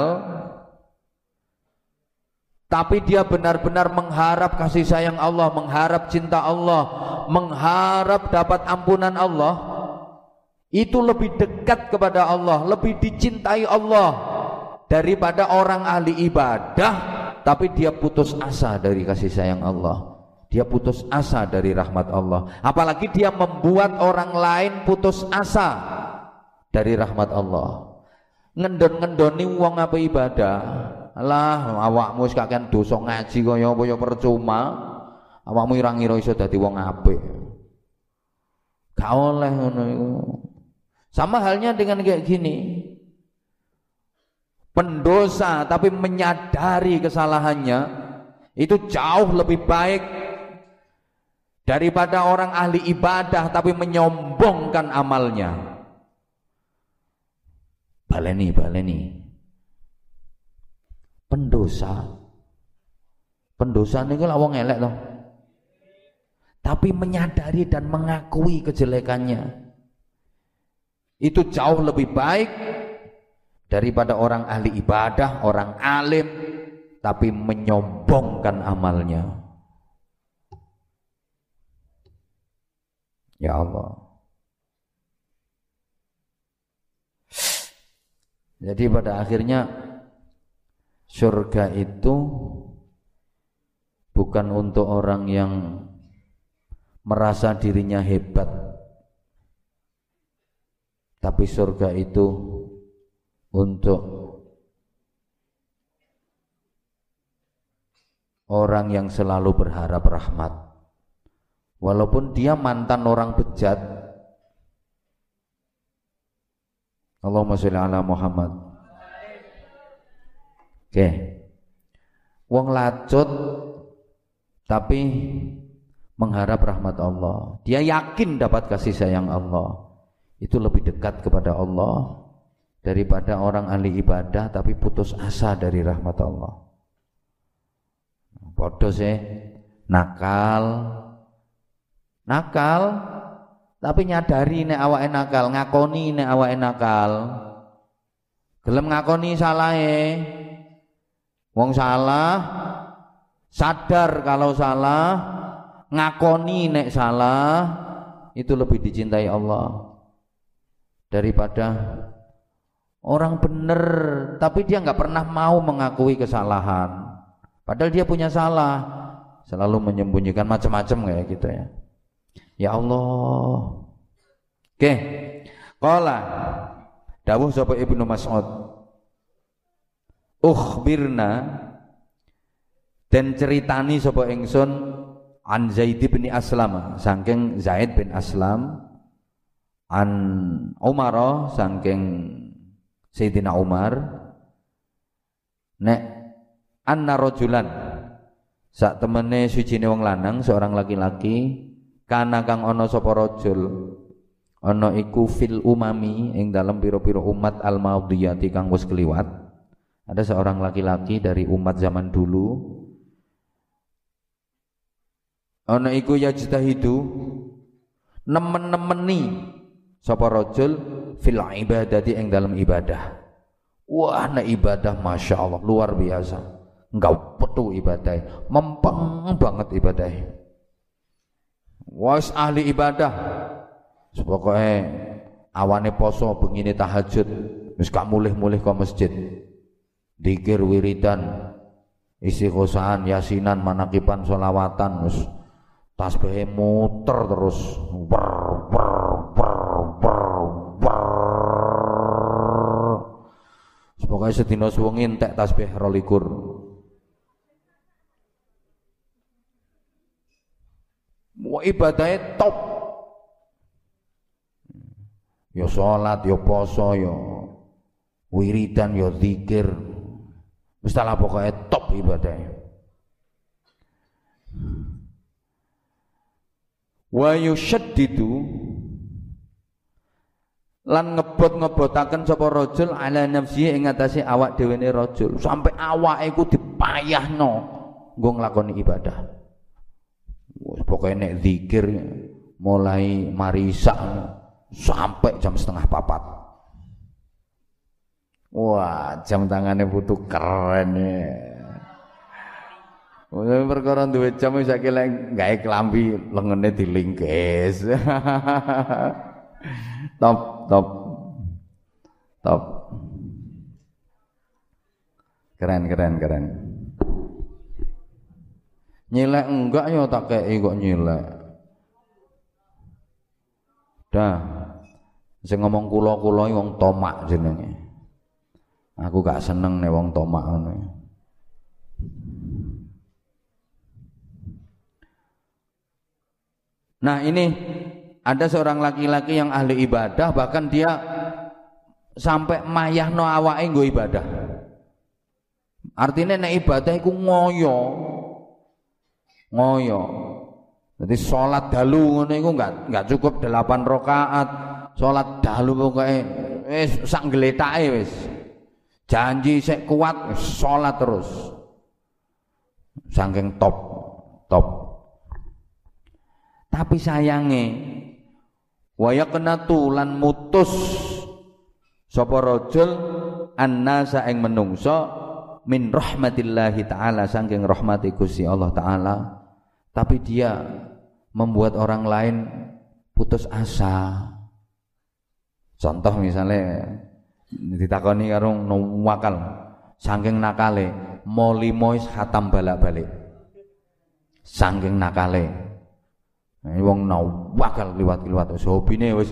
tapi dia benar-benar mengharap kasih sayang Allah, mengharap cinta Allah, mengharap dapat ampunan Allah, itu lebih dekat kepada Allah, lebih dicintai Allah daripada orang ahli ibadah tapi dia putus asa dari kasih sayang Allah, dia putus asa dari rahmat Allah, apalagi dia membuat orang lain putus asa dari rahmat Allah. Ngendon-ngendoni wong apa ibadah, alah awakmu wis kakean dosa ngaji kaya apa ya percuma, awakmu ira-ngira iso dadi wong apik, gak oleh ngono iku. Sama halnya dengan kayak gini, pendosa tapi menyadari kesalahannya itu jauh lebih baik daripada orang ahli ibadah tapi menyombongkan amalnya. Baleni pendosa Pendosa niku lak wong elek toh. Tapi menyadari dan mengakui kejelekannya itu jauh lebih baik daripada orang ahli ibadah, orang alim tapi menyombongkan amalnya. Ya Allah. Jadi pada akhirnya surga itu bukan untuk orang yang merasa dirinya hebat, tapi surga itu untuk orang yang selalu berharap rahmat, walaupun dia mantan orang bejat. Allahumma sholli ala Muhammad. Oke. Wong lacut tapi mengharap rahmat Allah. Dia yakin dapat kasih sayang Allah. Itu lebih dekat kepada Allah daripada orang ahli ibadah tapi putus asa dari rahmat Allah. Podo sih nakal tapi nyadari nek awake nakal, ngakoni nek awake nakal. Gelem ngakoni salahe. Wong salah, sadar kalau salah, ngakoni nek salah, itu lebih dicintai Allah daripada orang bener tapi dia nggak pernah mau mengakui kesalahan. Padahal dia punya salah, selalu menyembunyikan macam-macam kayak gitu ya. Ya Allah. Oke. Qala dawuh sapa Ibnu Mas'ud. Ukhbirna dan ceritani sapa ingsun an Zaid bin Aslam saking Zaid bin Aslam an Umar saking Sayyidina Umar nek anna rajulan sak temene sucine wong lanang seorang laki-laki kana kang ana sapa rajul ana iku fil umami ing dalem pira-pira umat al madhiyati kang wis kliwat. Ada seorang laki-laki dari umat zaman dulu ana iku yajtahidu nemen-nemeni sapa rajul fil ibadati ing dalem ibadah. Wah, nek ibadah Masya Allah luar biasa. Enggak petu ibadah, mempeng banget ibadah. Wis ahli ibadah. Pokoke awane poso bengine tahajud wis gak mulih-mulih ke masjid. Dzikir wiridan, istighosahan, yasinan, manakiban, sholawatan, wis tasbih muter terus. Pokoke sedina suwengi entek tasbih 22. Wah, ibadahnya top. Ya sholat, ya poso, ya wiridan, ya zikir. Mestilah pokoknya top ibadahnya. Wa yushaddidu lan ngebot-ngebotaken sapa rajul ala nafsihi ing atase awak dhewene rajul sampai awake iku dipayahno nggo nglakoni ibadah. Wis pokoke nek zikir mulai marisak sampai jam 3:30. Wah, jam tangane putu keren ya. Wong perkara duwe jam saiki lek gawe klambi lengene dilingkis. Top. Keren. Nyilek enggak ya tak kei kok nyilek. Dah. Sing ngomong kula wong tomak jenenge. Aku gak seneng nek wong tomak ngono. Nah, ini ada seorang laki-laki yang ahli ibadah, bahkan dia sampai mayahno awake nggo ibadah. Artinya nek ibadah iku ngoyo. Jadi sholat dalu ngono iku enggak cukup 8 rakaat. Sholat dalu pokoke wis sak gletake wis. Janji sik kuat sholat terus. saking top. Tapi sayange wa yaqnatu lan mutus sapa rajul annasa ing menungso min rahmatillahi taala saking rahmati Gusti Allah taala, tapi dia membuat orang lain putus asa. Contoh misalnya ditakoni karo wakal saking nakale molimois khatam balak-balik saking nakale wong wakal liwat-liwat wis hobine wis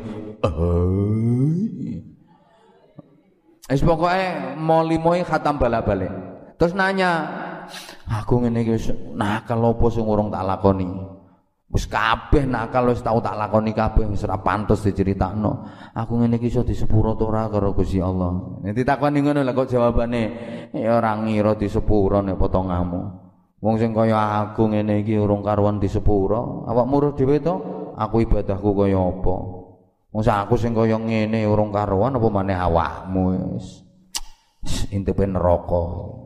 pokoke molimoi khatam balak-balik terus nanya aku ngene iki wis nakal apa sing urung tak lakoni. Wis kabeh nakal wis tau tak lakoni kabeh wis ora pantes diceritakno. Aku ngene iki iso disepuro ta ora karo Gusti Allah. Nek ditakoni ngono lha kok jawabane ya ora ngira disepuro nek potonganmu. Wong sing kaya aku ngene iki urung karuan disepuro. Awakmu ro dhewe to, aku ibadahku kaya apa? Wong aku sing kaya ngene urung karuan apa maneh awakmu wis. Intipe neraka.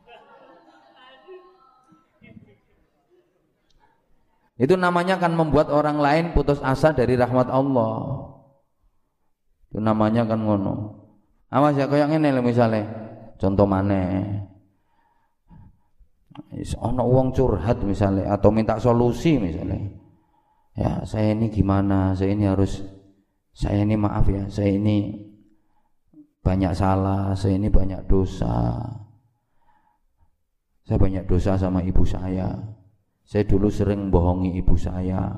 Itu namanya kan membuat orang lain putus asa dari rahmat Allah. Itu namanya kan ngono. Awas ya kaya ngene lho misale. Contoh maneh. Ono wong curhat misale atau minta solusi misale. Ya, saya ini gimana? Saya ini maaf ya, saya ini banyak salah, saya ini banyak dosa. Saya banyak dosa sama ibu saya. Saya dulu sering bohongi ibu saya.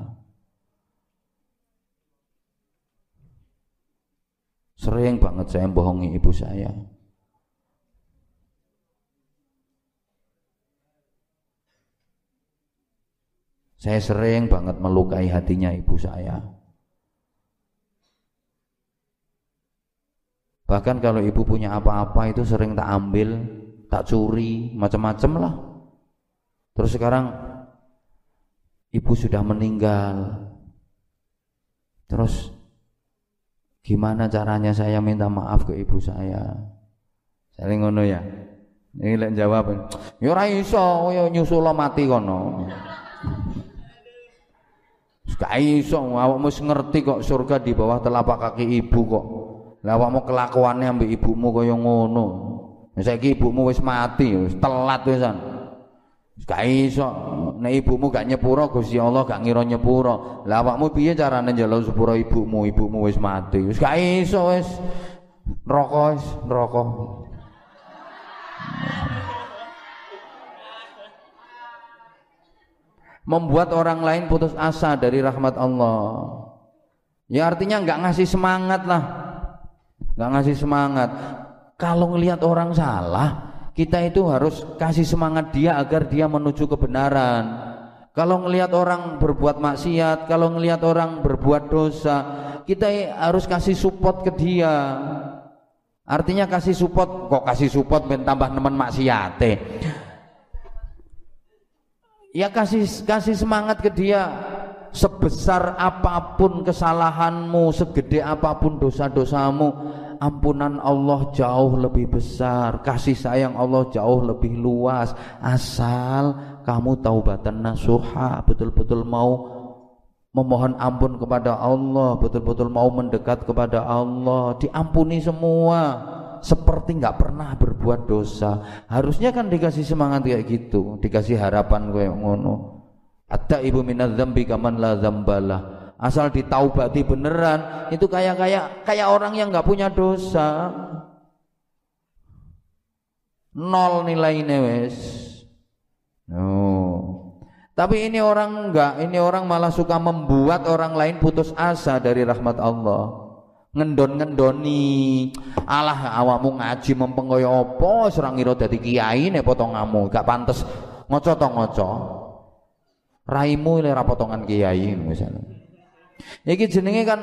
Sering banget saya bohongi ibu saya. Saya sering banget melukai hatinya ibu saya. Bahkan kalau ibu punya apa-apa itu sering tak ambil, tak curi, macam-macam lah. Terus sekarang ibu sudah meninggal. Terus gimana caranya saya minta maaf ke ibu saya? Saya ngono ya. Ini lek jawab, ya ora iso, ya nyusul mati kono. Gak iso, awakmu wis ngerti kok surga di bawah telapak kaki ibu kok. Lah awakmu kelakuannya ambek ibumu kaya ngono. Saiki ibumu wis mati, wis telat wisan. Gak iso, nek ibumu gak nyepuro Gusti Allah gak ngira nyepuro. Lah awakmu piye carane njaluk sepuro ibumu? Ibumu wis mati. Wis gak iso wis. Neraka. Membuat orang lain putus asa dari rahmat Allah. Ya artinya enggak ngasih semangat lah. Enggak ngasih semangat. Kalau ngelihat orang salah, kita itu harus kasih semangat dia agar dia menuju kebenaran. Kalau ngelihat orang berbuat maksiat, kalau ngelihat orang berbuat dosa, kita harus kasih support ke dia. Artinya kasih support, kok kasih support ben tambah nemen maksiate. Ya kasih semangat ke dia. Sebesar apapun kesalahanmu, segede apapun dosa-dosamu, ampunan Allah jauh lebih besar, kasih sayang Allah jauh lebih luas. Asal kamu taubatan nasuha, betul-betul mau memohon ampun kepada Allah, betul-betul mau mendekat kepada Allah, diampuni semua, seperti nggak pernah berbuat dosa. Harusnya kan dikasih semangat kayak gitu, dikasih harapan kayak ngono. At-taibu minadz-dzambi kaman la dzambalah. Asal ditaubati beneran, itu kayak orang yang nggak punya dosa. Nol nilainya wes. Oh. Tapi ini orang enggak, ini orang malah suka membuat orang lain putus asa dari rahmat Allah. Ngendon-ngendoni, alah awakmu ngaji mempengoyo apa serang ngira dadi kiai nek potonganmu gak pantes ngoco to ngoco. Raimu ile ra potongan kiai misalnya. Iki jenenge kan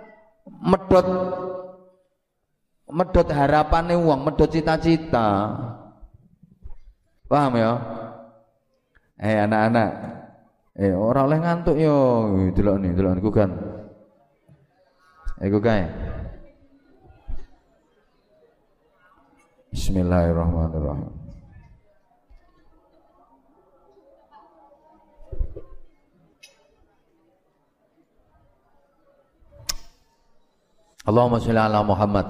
medot harapane wong, medot cita-cita. Paham ya? Anak-anak. Ora oleh ngantuk yo. Delok niku kan. Iku kae. Bismillahirrahmanirrahim. Allahumma sholli ala Muhammad.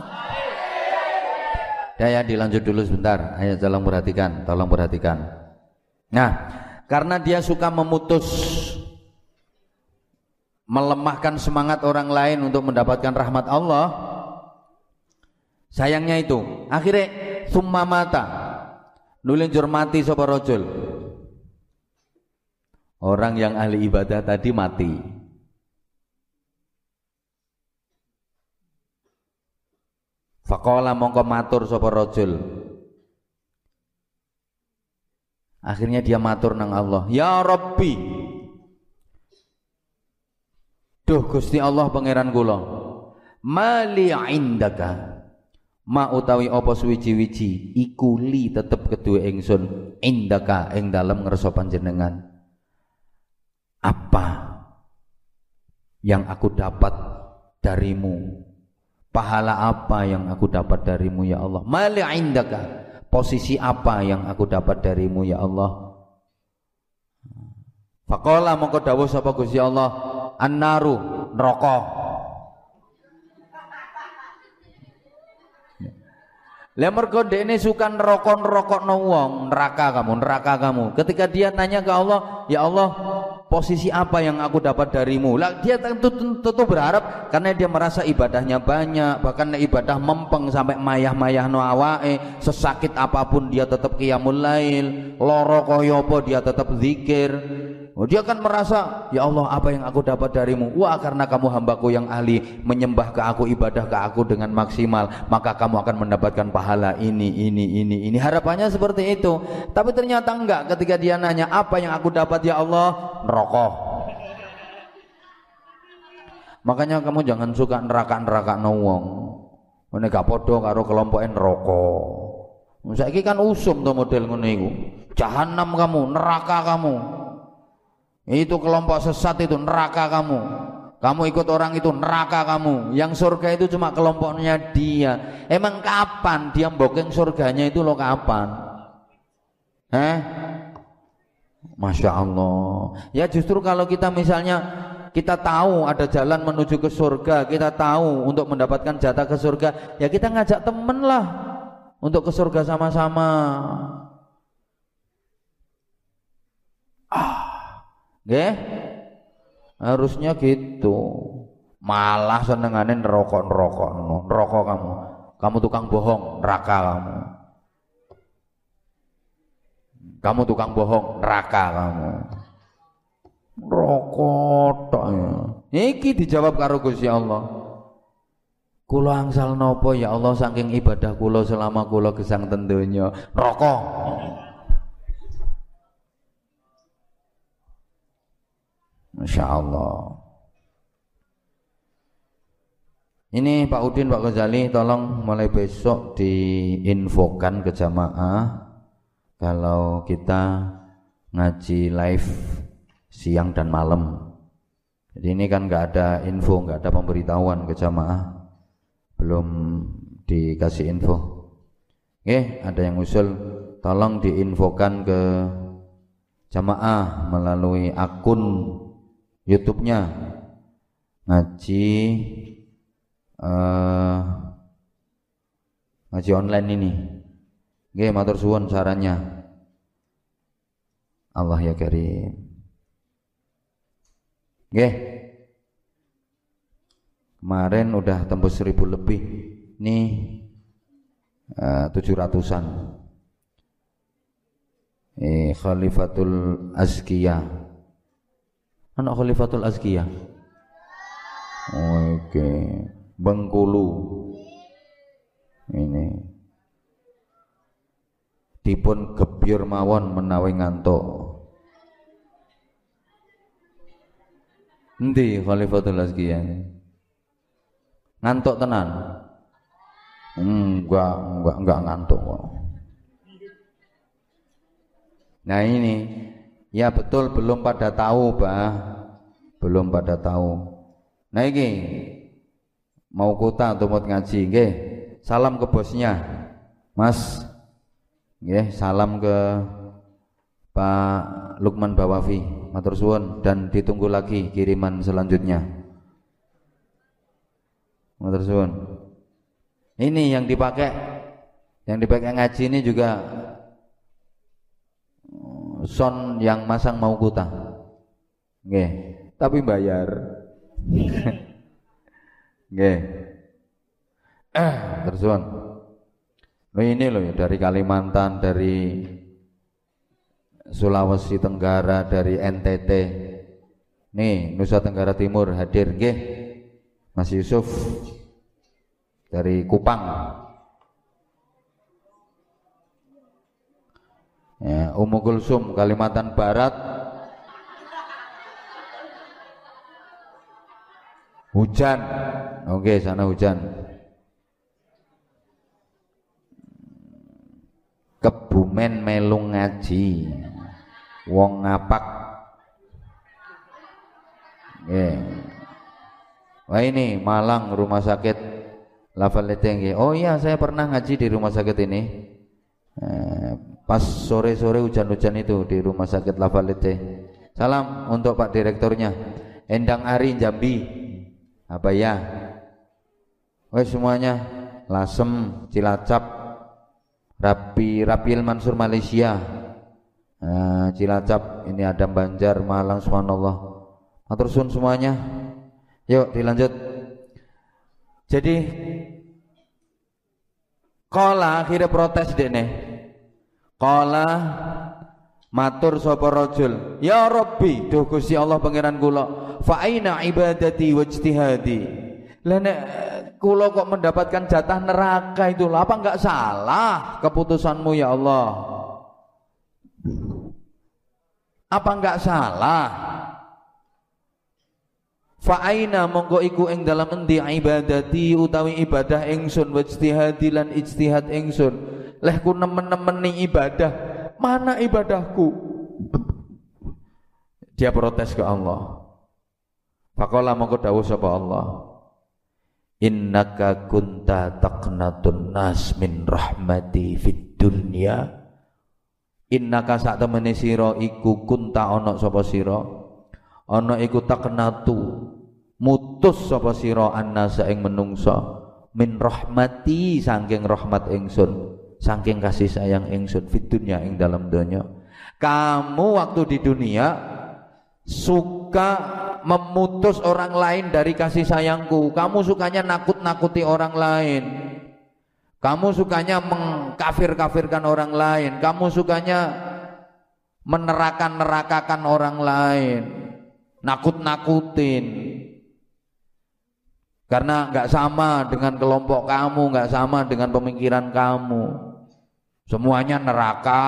Ya, dilanjut dulu sebentar. Ayo tolong perhatikan. Nah, karena dia suka melemahkan semangat orang lain untuk mendapatkan rahmat Allah, sayangnya itu akhirnya summa mata nulinjur mati sapa rajul. Orang yang ahli ibadah tadi mati. Faqala mongko matur sapa rajul. Akhirnya dia matur nang Allah, "Ya Rabbi, duh Gusti Allah pangeran kula, mali indaka, ma utawi apa suwiji-wiji iku li tetep kedue ingsun indaka ing dalem ngersa panjenengan. Apa yang aku dapat darimu? Pahala apa yang aku dapat darimu ya Allah? Mali indaka, posisi apa yang aku dapat darimu ya Allah?" Faqala mongko dawuh sapa Gusti Allah, "An-naru, neraka." Lah mergo dekne suka neraka-nerakakno wong, neraka kamu. Ketika dia nanya ke Allah, "Ya Allah, posisi apa yang aku dapat darimu?" Lah dia tentu berharap, karena dia merasa ibadahnya banyak, bahkan ibadah mempeng sampai mayah-mayahno awake, sesakit apapun dia tetap qiyamul lail, lara kaya apa dia tetap zikir. Dia akan merasa, "Ya Allah, apa yang aku dapat darimu? Wah, karena kamu hambaku yang ahli menyembah ke aku, ibadah ke aku dengan maksimal, maka kamu akan mendapatkan pahala ini." Harapannya seperti itu. Tapi ternyata enggak. Ketika dia nanya, "Apa yang aku dapat ya Allah?" Neraka. Makanya kamu jangan suka neraka-nerakakno wong. Ngene gak padha karo kelompoke neraka. Saiki kan usum to model ngene iku. Jahanam kamu, neraka kamu. Itu kelompok sesat, itu neraka kamu ikut orang itu, neraka kamu. Yang surga itu cuma kelompoknya dia. Emang kapan dia mbokeng surganya itu lo kapan? Masya Allah. Ya justru kalau kita misalnya kita tahu ada jalan menuju ke surga, kita tahu untuk mendapatkan jatah ke surga, ya kita ngajak temen lah untuk ke surga sama-sama. Nggih, harusnya gitu. Malah senengane neraka kamu tukang bohong, neraka kamu tukang bohong, neraka kamu. Rokok tok ya. Iki dijawab karo Gusti Allah. Kula angsal napa ya Allah saking ibadah kula selama kula gesang ten donya, neraka. Masya Allah. Ini Pak Udin, Pak Ghazali, tolong mulai besok diinfokan ke jamaah kalau kita ngaji live siang dan malam. Jadi ini kan nggak ada info, nggak ada pemberitahuan ke jamaah, belum dikasih info. Oke, ada yang usul, tolong diinfokan ke jamaah melalui akun YouTube-nya ngaji online ini. Nggih, matur suwun sarannya. Allah ya karim. Nggih. Kemarin udah tembus 1000 lebih. Nih 700-an. Khalifatul Azkiyah. Anak Khalifatul Azkiyah. Oke, Bengkulu. Ini dipun gebyur mawon menawi ngantuk. Endi Khalifatul Azkiyah? Ngantuk tenan? Enggak ngantuk kok. Nah ini, ya betul belum pada tahu, Bah. Belum pada tahu. Nah ini mau kuota atau mau ngaji, nggih. Salam ke bosnya, Mas. Nggih, salam ke Pak Lukman Bawafi, matur suwun, dan ditunggu lagi kiriman selanjutnya. Matur suwun. Ini yang dipakai ngaji ini juga sound yang masang mau kuta. Nggih, tapi bayar. Nggih. Matur suwun. Ini loh ya, dari Kalimantan, dari Sulawesi Tenggara, dari NTT. Nih, Nusa Tenggara Timur hadir nggih. Mas Yusuf dari Kupang. Ya, Ummu Kulsum Kalimantan Barat. Hujan. Oke, sana hujan. Kebumen melu ngaji. Wong ngapak. Nggih. Wah ini Malang rumah sakit Lavalete. Oh iya, saya pernah ngaji di rumah sakit ini. Pas sore-sore hujan-hujan itu di rumah sakit Lavalete. Salam untuk Pak Direkturnya. Endang Ari Jambi. Apa ya? Wes semuanya. Lasem, Cilacap, Rapiil Mansur Malaysia. Cilacap ini Adam Banjar, Malang, subhanallah. Matur suwun semuanya. Yuk dilanjut. Jadi qala akhirnya protes dene. Qala matur sapa rajul, ya Rabbi, duh Gusti Allah pangeran kula, fa aina ibadati wajtihadi. Lah nek kula kok mendapatkan jatah neraka itu, apa enggak salah keputusanmu ya Allah? Apa enggak salah? Fa aina mongko iku ing dalam endi ibadati utawi ibadah ingsun wajtihadi lan ijtihad ingsun. Leh ku nemen-nemeni ibadah, mana ibadahku? Dia protes ke Allah. Faqala mongko dawuh sapa Allah, innaka kunta taqnatun nas min rahmati fid dunya. Innaka sak temene sira iku kunta ana sapa sira, ana iku taqnatu mutus sapa sira annasa ing menungsa min rahmati saking rahmat ingsun, saking kasih sayang ingsun fid dunya ing dalam dunya. Kamu waktu di dunia suka memutus orang lain dari kasih sayangku. Kamu sukanya nakut-nakuti orang lain. Kamu sukanya mengkafir-kafirkan orang lain. Kamu sukanya menerakan-nerakakan orang lain. Nakut-nakutin. Karena nggak sama dengan kelompok kamu, nggak sama dengan pemikiran kamu. Semuanya neraka.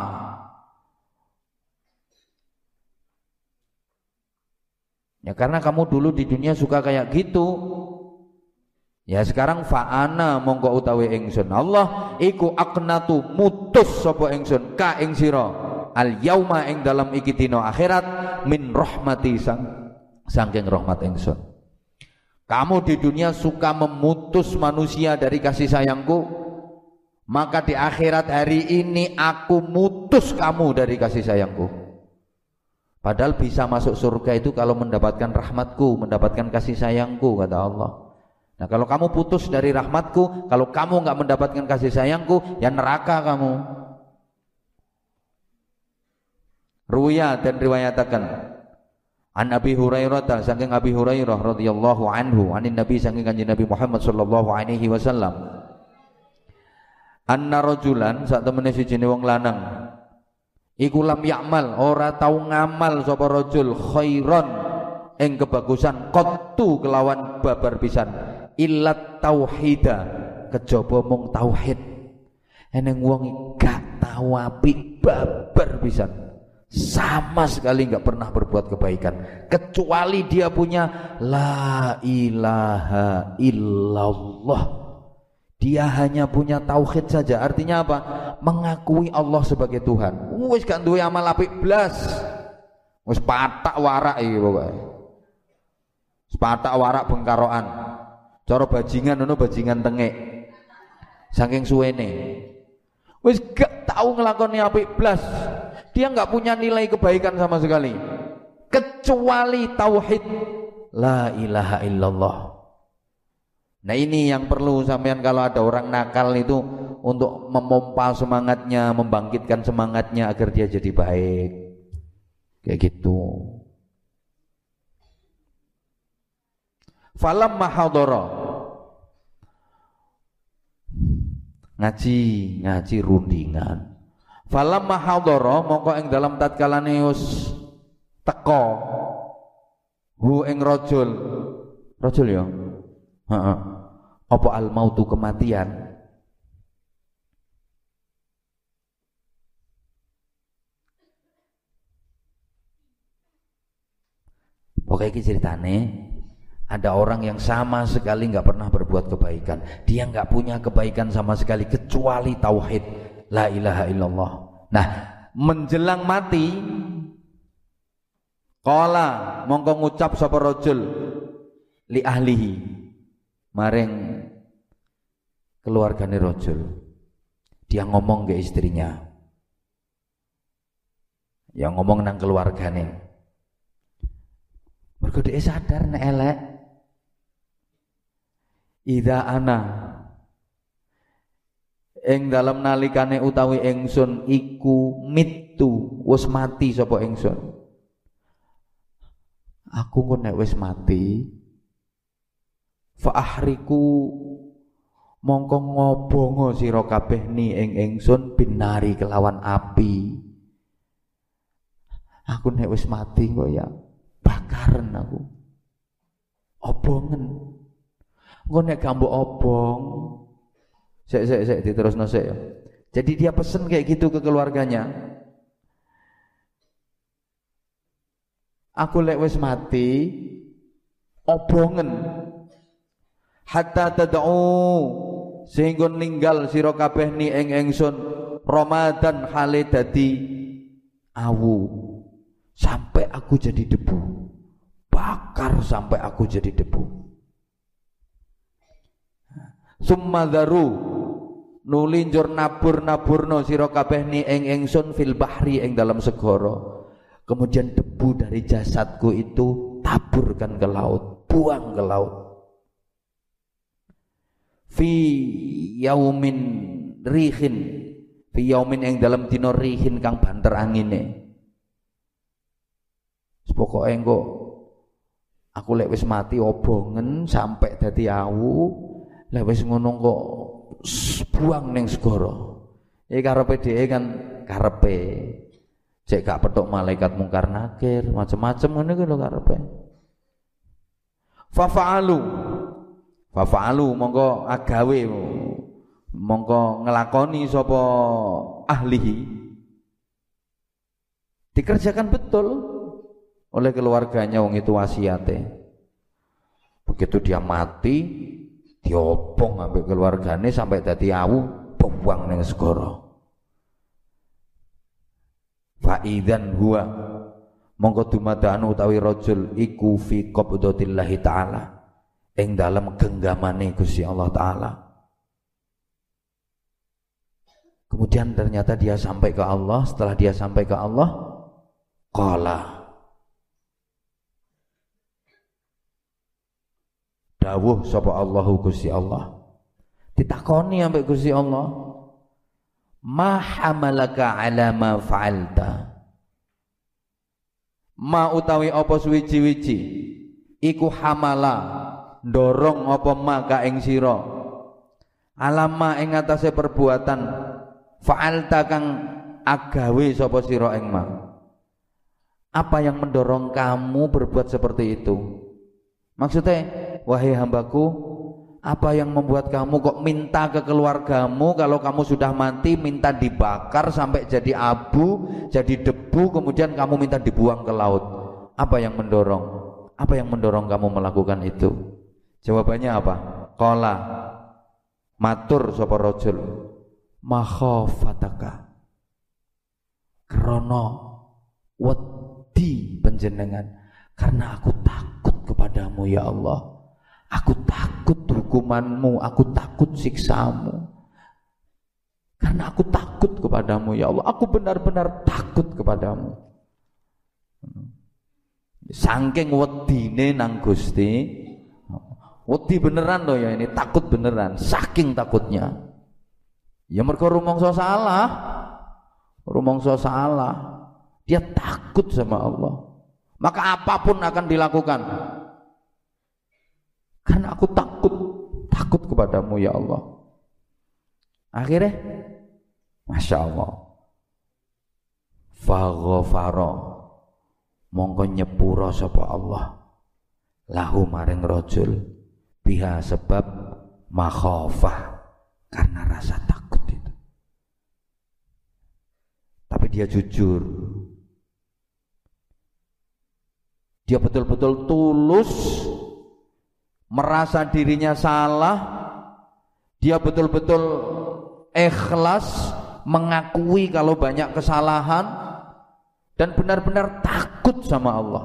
Ya karena kamu dulu di dunia suka kayak gitu. Ya sekarang fa'ana mongko utawi ingsun Allah iku aqnatu mutus sapa ingsun ka ing sira al yauma ing dalam iki dina akhirat min rahmati saking rahmat ingsun. Kamu di dunia suka memutus manusia dari kasih sayangku, maka di akhirat hari ini aku mutus kamu dari kasih sayangku. Padahal bisa masuk surga itu kalau mendapatkan rahmatku, mendapatkan kasih sayangku, kata Allah. Nah kalau kamu putus dari rahmatku, kalau kamu nggak mendapatkan kasih sayangku, ya neraka kamu. Ruya dan riwayatakan an Abi Hurairah, saking Abi Hurairah radhiyallahu anhu, anin Nabi saking kanjeng Nabi Muhammad sallallahu alaihi wasallam, anna rajulan sak temene siji wong lanang iku lam ya'mal ora tau ngamal sapa rajul khairan ing kebagusan qattu kelawan babar pisan illat tauhida kejaba mung tauhid. Eneng wong gak tau apik babar pisan, sama sekali nggak pernah berbuat kebaikan kecuali dia punya la ilaha illallah. Dia hanya punya tauhid saja. Artinya apa? Mengakui Allah sebagai Tuhan. Wis gak duwe amal apik blas. Wis patak warak iki pokoke. Wis patak warak bengkaroan. Cara bajingan ngono bajingan tengek. Saking suwene. Wis gak tahu ngelakoni apik blas. Dia nggak punya nilai kebaikan sama sekali kecuali tauhid la ilaha illallah. Nah ini yang perlu sampean kalau ada orang nakal itu untuk memompa semangatnya, membangkitkan semangatnya agar dia jadi baik. Kayak gitu. Falamma hadara. Ngaji rundingan. Falamma hadara mongko ing dalam tatkalane wis teka hu ing rajul ya. Heeh. Apa al mautu kematian? Pokoknya ini ceritane ada orang yang sama sekali nggak pernah berbuat kebaikan. Dia nggak punya kebaikan sama sekali kecuali tauhid la ilaha illallah. Nah, menjelang mati qala mongko ngucap sapa rajul li ahlihi maring keluargane rajul. Dia ngomong ke istrinya. Ya ngomong nang keluargane. Mergo dhek sadar nek elek. Idza ana ing dalam nalikane utawi ingsun iku mitu wis mati sapa ingsun. Aku kok nek wis mati fa ahriku mongko ngobongo sira kabeh ni ing ingsun binari kelawan api. Aku nek wis mati kok ya bakaran aku. Obongen. Engko nek gambok obong. Sik diterusno sik ya. Jadi dia pesen kayak gitu ke keluarganya. Aku lek wis mati obongen hatta tad'u sehingga ninggal sira kabeh ni ing ingsun Ramadan hale dadi awu sampai aku jadi debu, bakar sampai aku jadi debu. Summadharu nulinjur nabur-naburno sira kabeh ni ing ingsun fil bahri ing dalam segara. Kemudian debu dari jasadku itu taburkan ke laut, buang ke laut. Fi yaumin rihin, fi yaumin ing dalam dina rihin kang banter angine. Pokoke engko aku lek wis mati obongen sampai dadi awu, lek wis ngono kok buang ning segara. Iki karepe dhewe kan karepe. Cek gak petuk malaikat mungkar nakir, macam-macam ngene iki lho karepe. Fafa'alu mongko agawe mongko ngelakoni sapa ahlihi. Dikerjakan betul oleh keluarganya wong itu wasiate. Begitu dia mati, diobong ambek keluargane sampai dadi awu, buang ning segara. Fa idzan huwa mongko dumadaan utawi rajul iku fi qabdatillahi taala ing dalem genggamane Gusti Allah taala. Kemudian ternyata dia sampai ke Allah. Setelah dia sampai ke Allah, qala dawuh sapa Allahu Gusti Allah. Ditakoni ambek Gusti Allah, ma hamalaka ala ma fa'alta. Ma utawi apa suwiji-wiji iku hamala ndorong apa ma ka ing sira alama ing atase perbuatan fa'alta kang agawe sapa sira ing ma. Apa yang mendorong kamu berbuat seperti itu? Maksudnya, wahai hambaku, apa yang membuat kamu kok minta ke keluargamu kalau kamu sudah mati minta dibakar sampai jadi abu, jadi debu, kemudian kamu minta dibuang ke laut? Apa yang mendorong? Apa yang mendorong kamu melakukan itu? Jawabannya apa? Qala matur sapa rajul makhafataka krana wedi panjenengan karena aku takut kepadamu ya Allah. Aku takut hukumanmu, aku takut siksamu. Karena aku takut kepadamu ya Allah. Aku benar-benar takut kepadamu. Saking wedine nang Gusti Wedi beneran loh ya ini, takut beneran, saking takutnya. Ya mergo rumangsa salah. Rumangsa salah. Dia takut sama Allah. Maka apapun akan dilakukan. Karena aku takut kepadamu ya Allah. Akhirnya Masya Allah, faghfara mongko nyepura sapa Allah lahu maring rajul biha sebab makhafah, karena rasa takut itu. Tapi dia jujur, dia betul-betul tulus merasa dirinya salah, dia betul-betul ikhlas mengakui kalau banyak kesalahan dan benar-benar takut sama Allah.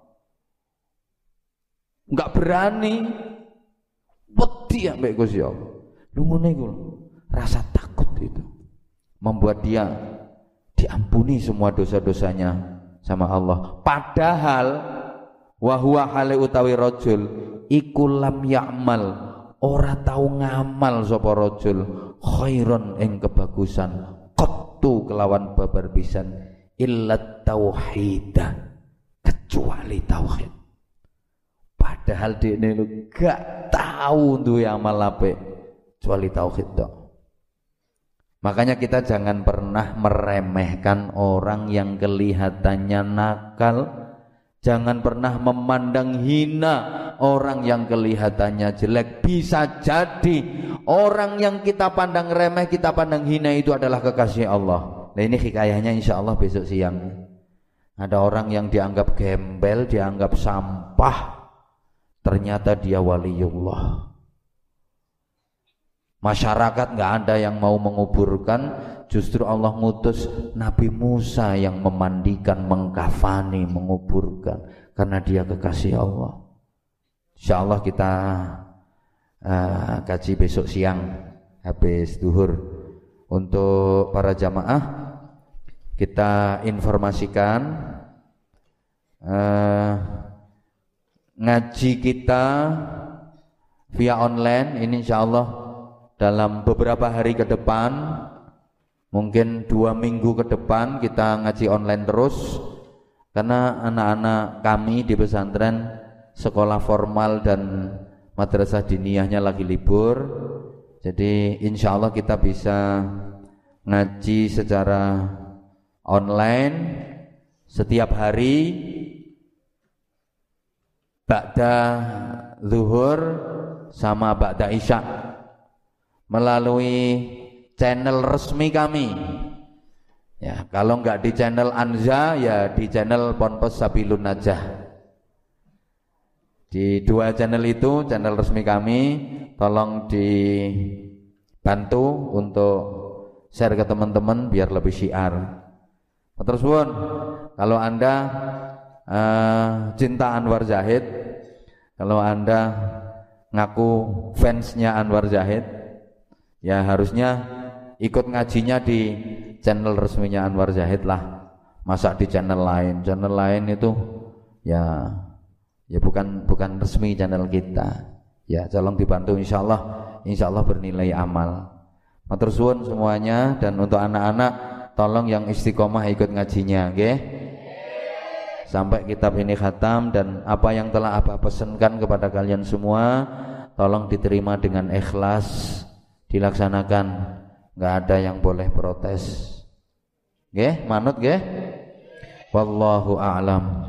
Enggak berani wedi ambek Gusti Allah. Lho ngene iku rasa takut itu membuat dia diampuni semua dosa-dosanya sama Allah. Padahal wa huwa hale utawi rajul iku lam ya'mal, ora tau ngamal sapa rajul khairon ing kebagusan qattu kelawan babar pisan illa tauhidah, kecuali tauhid. Padahal dia ini gak tahu duwe amal apik kecuali tauhid tok. Makanya kita jangan pernah meremehkan orang yang kelihatannya nakal. Jangan pernah memandang hina orang yang kelihatannya jelek. Bisa jadi orang yang kita pandang remeh, kita pandang hina itu adalah kekasih Allah. Nah ini hikayahnya insya Allah besok siang. Ada orang yang dianggap gembel, dianggap sampah, ternyata dia waliullah. Masyarakat nggak ada yang mau menguburkan, justru Allah ngutus Nabi Musa yang memandikan, mengkafani, menguburkan, karena dia kekasih Allah. Insya Allah kita kaji besok siang habis duhur. Untuk para jamaah kita informasikan ngaji kita via online ini insya Allah dalam beberapa hari ke depan, mungkin 2 minggu ke depan kita ngaji online terus, karena anak-anak kami di pesantren sekolah formal dan madrasah diniyahnya lagi libur. Jadi insya Allah kita bisa ngaji secara online setiap hari ba'da zuhur sama ba'da isya melalui channel resmi kami. Ya, kalau enggak di channel Anza ya di channel Ponpes Sabilun Najah. Di 2 channel itu, channel resmi kami, tolong dibantu untuk share ke teman-teman biar lebih syiar. Terus pun kalau Anda cinta Anwar Zahid, kalau Anda ngaku fansnya Anwar Zahid, ya harusnya ikut ngajinya di channel resminya Anwar Zahid lah. Masa di channel lain? Channel lain itu ya bukan resmi channel kita. Ya tolong dibantu insya Allah bernilai amal. Matur suwun semuanya, dan untuk anak-anak tolong yang istiqomah ikut ngajinya, nggih. Sampai kitab ini khatam, dan apa yang telah Abah pesankan kepada kalian semua tolong diterima dengan ikhlas, dilaksanakan, nggak ada yang boleh protes. Nggih, manut nggih. Wallahu a'lam.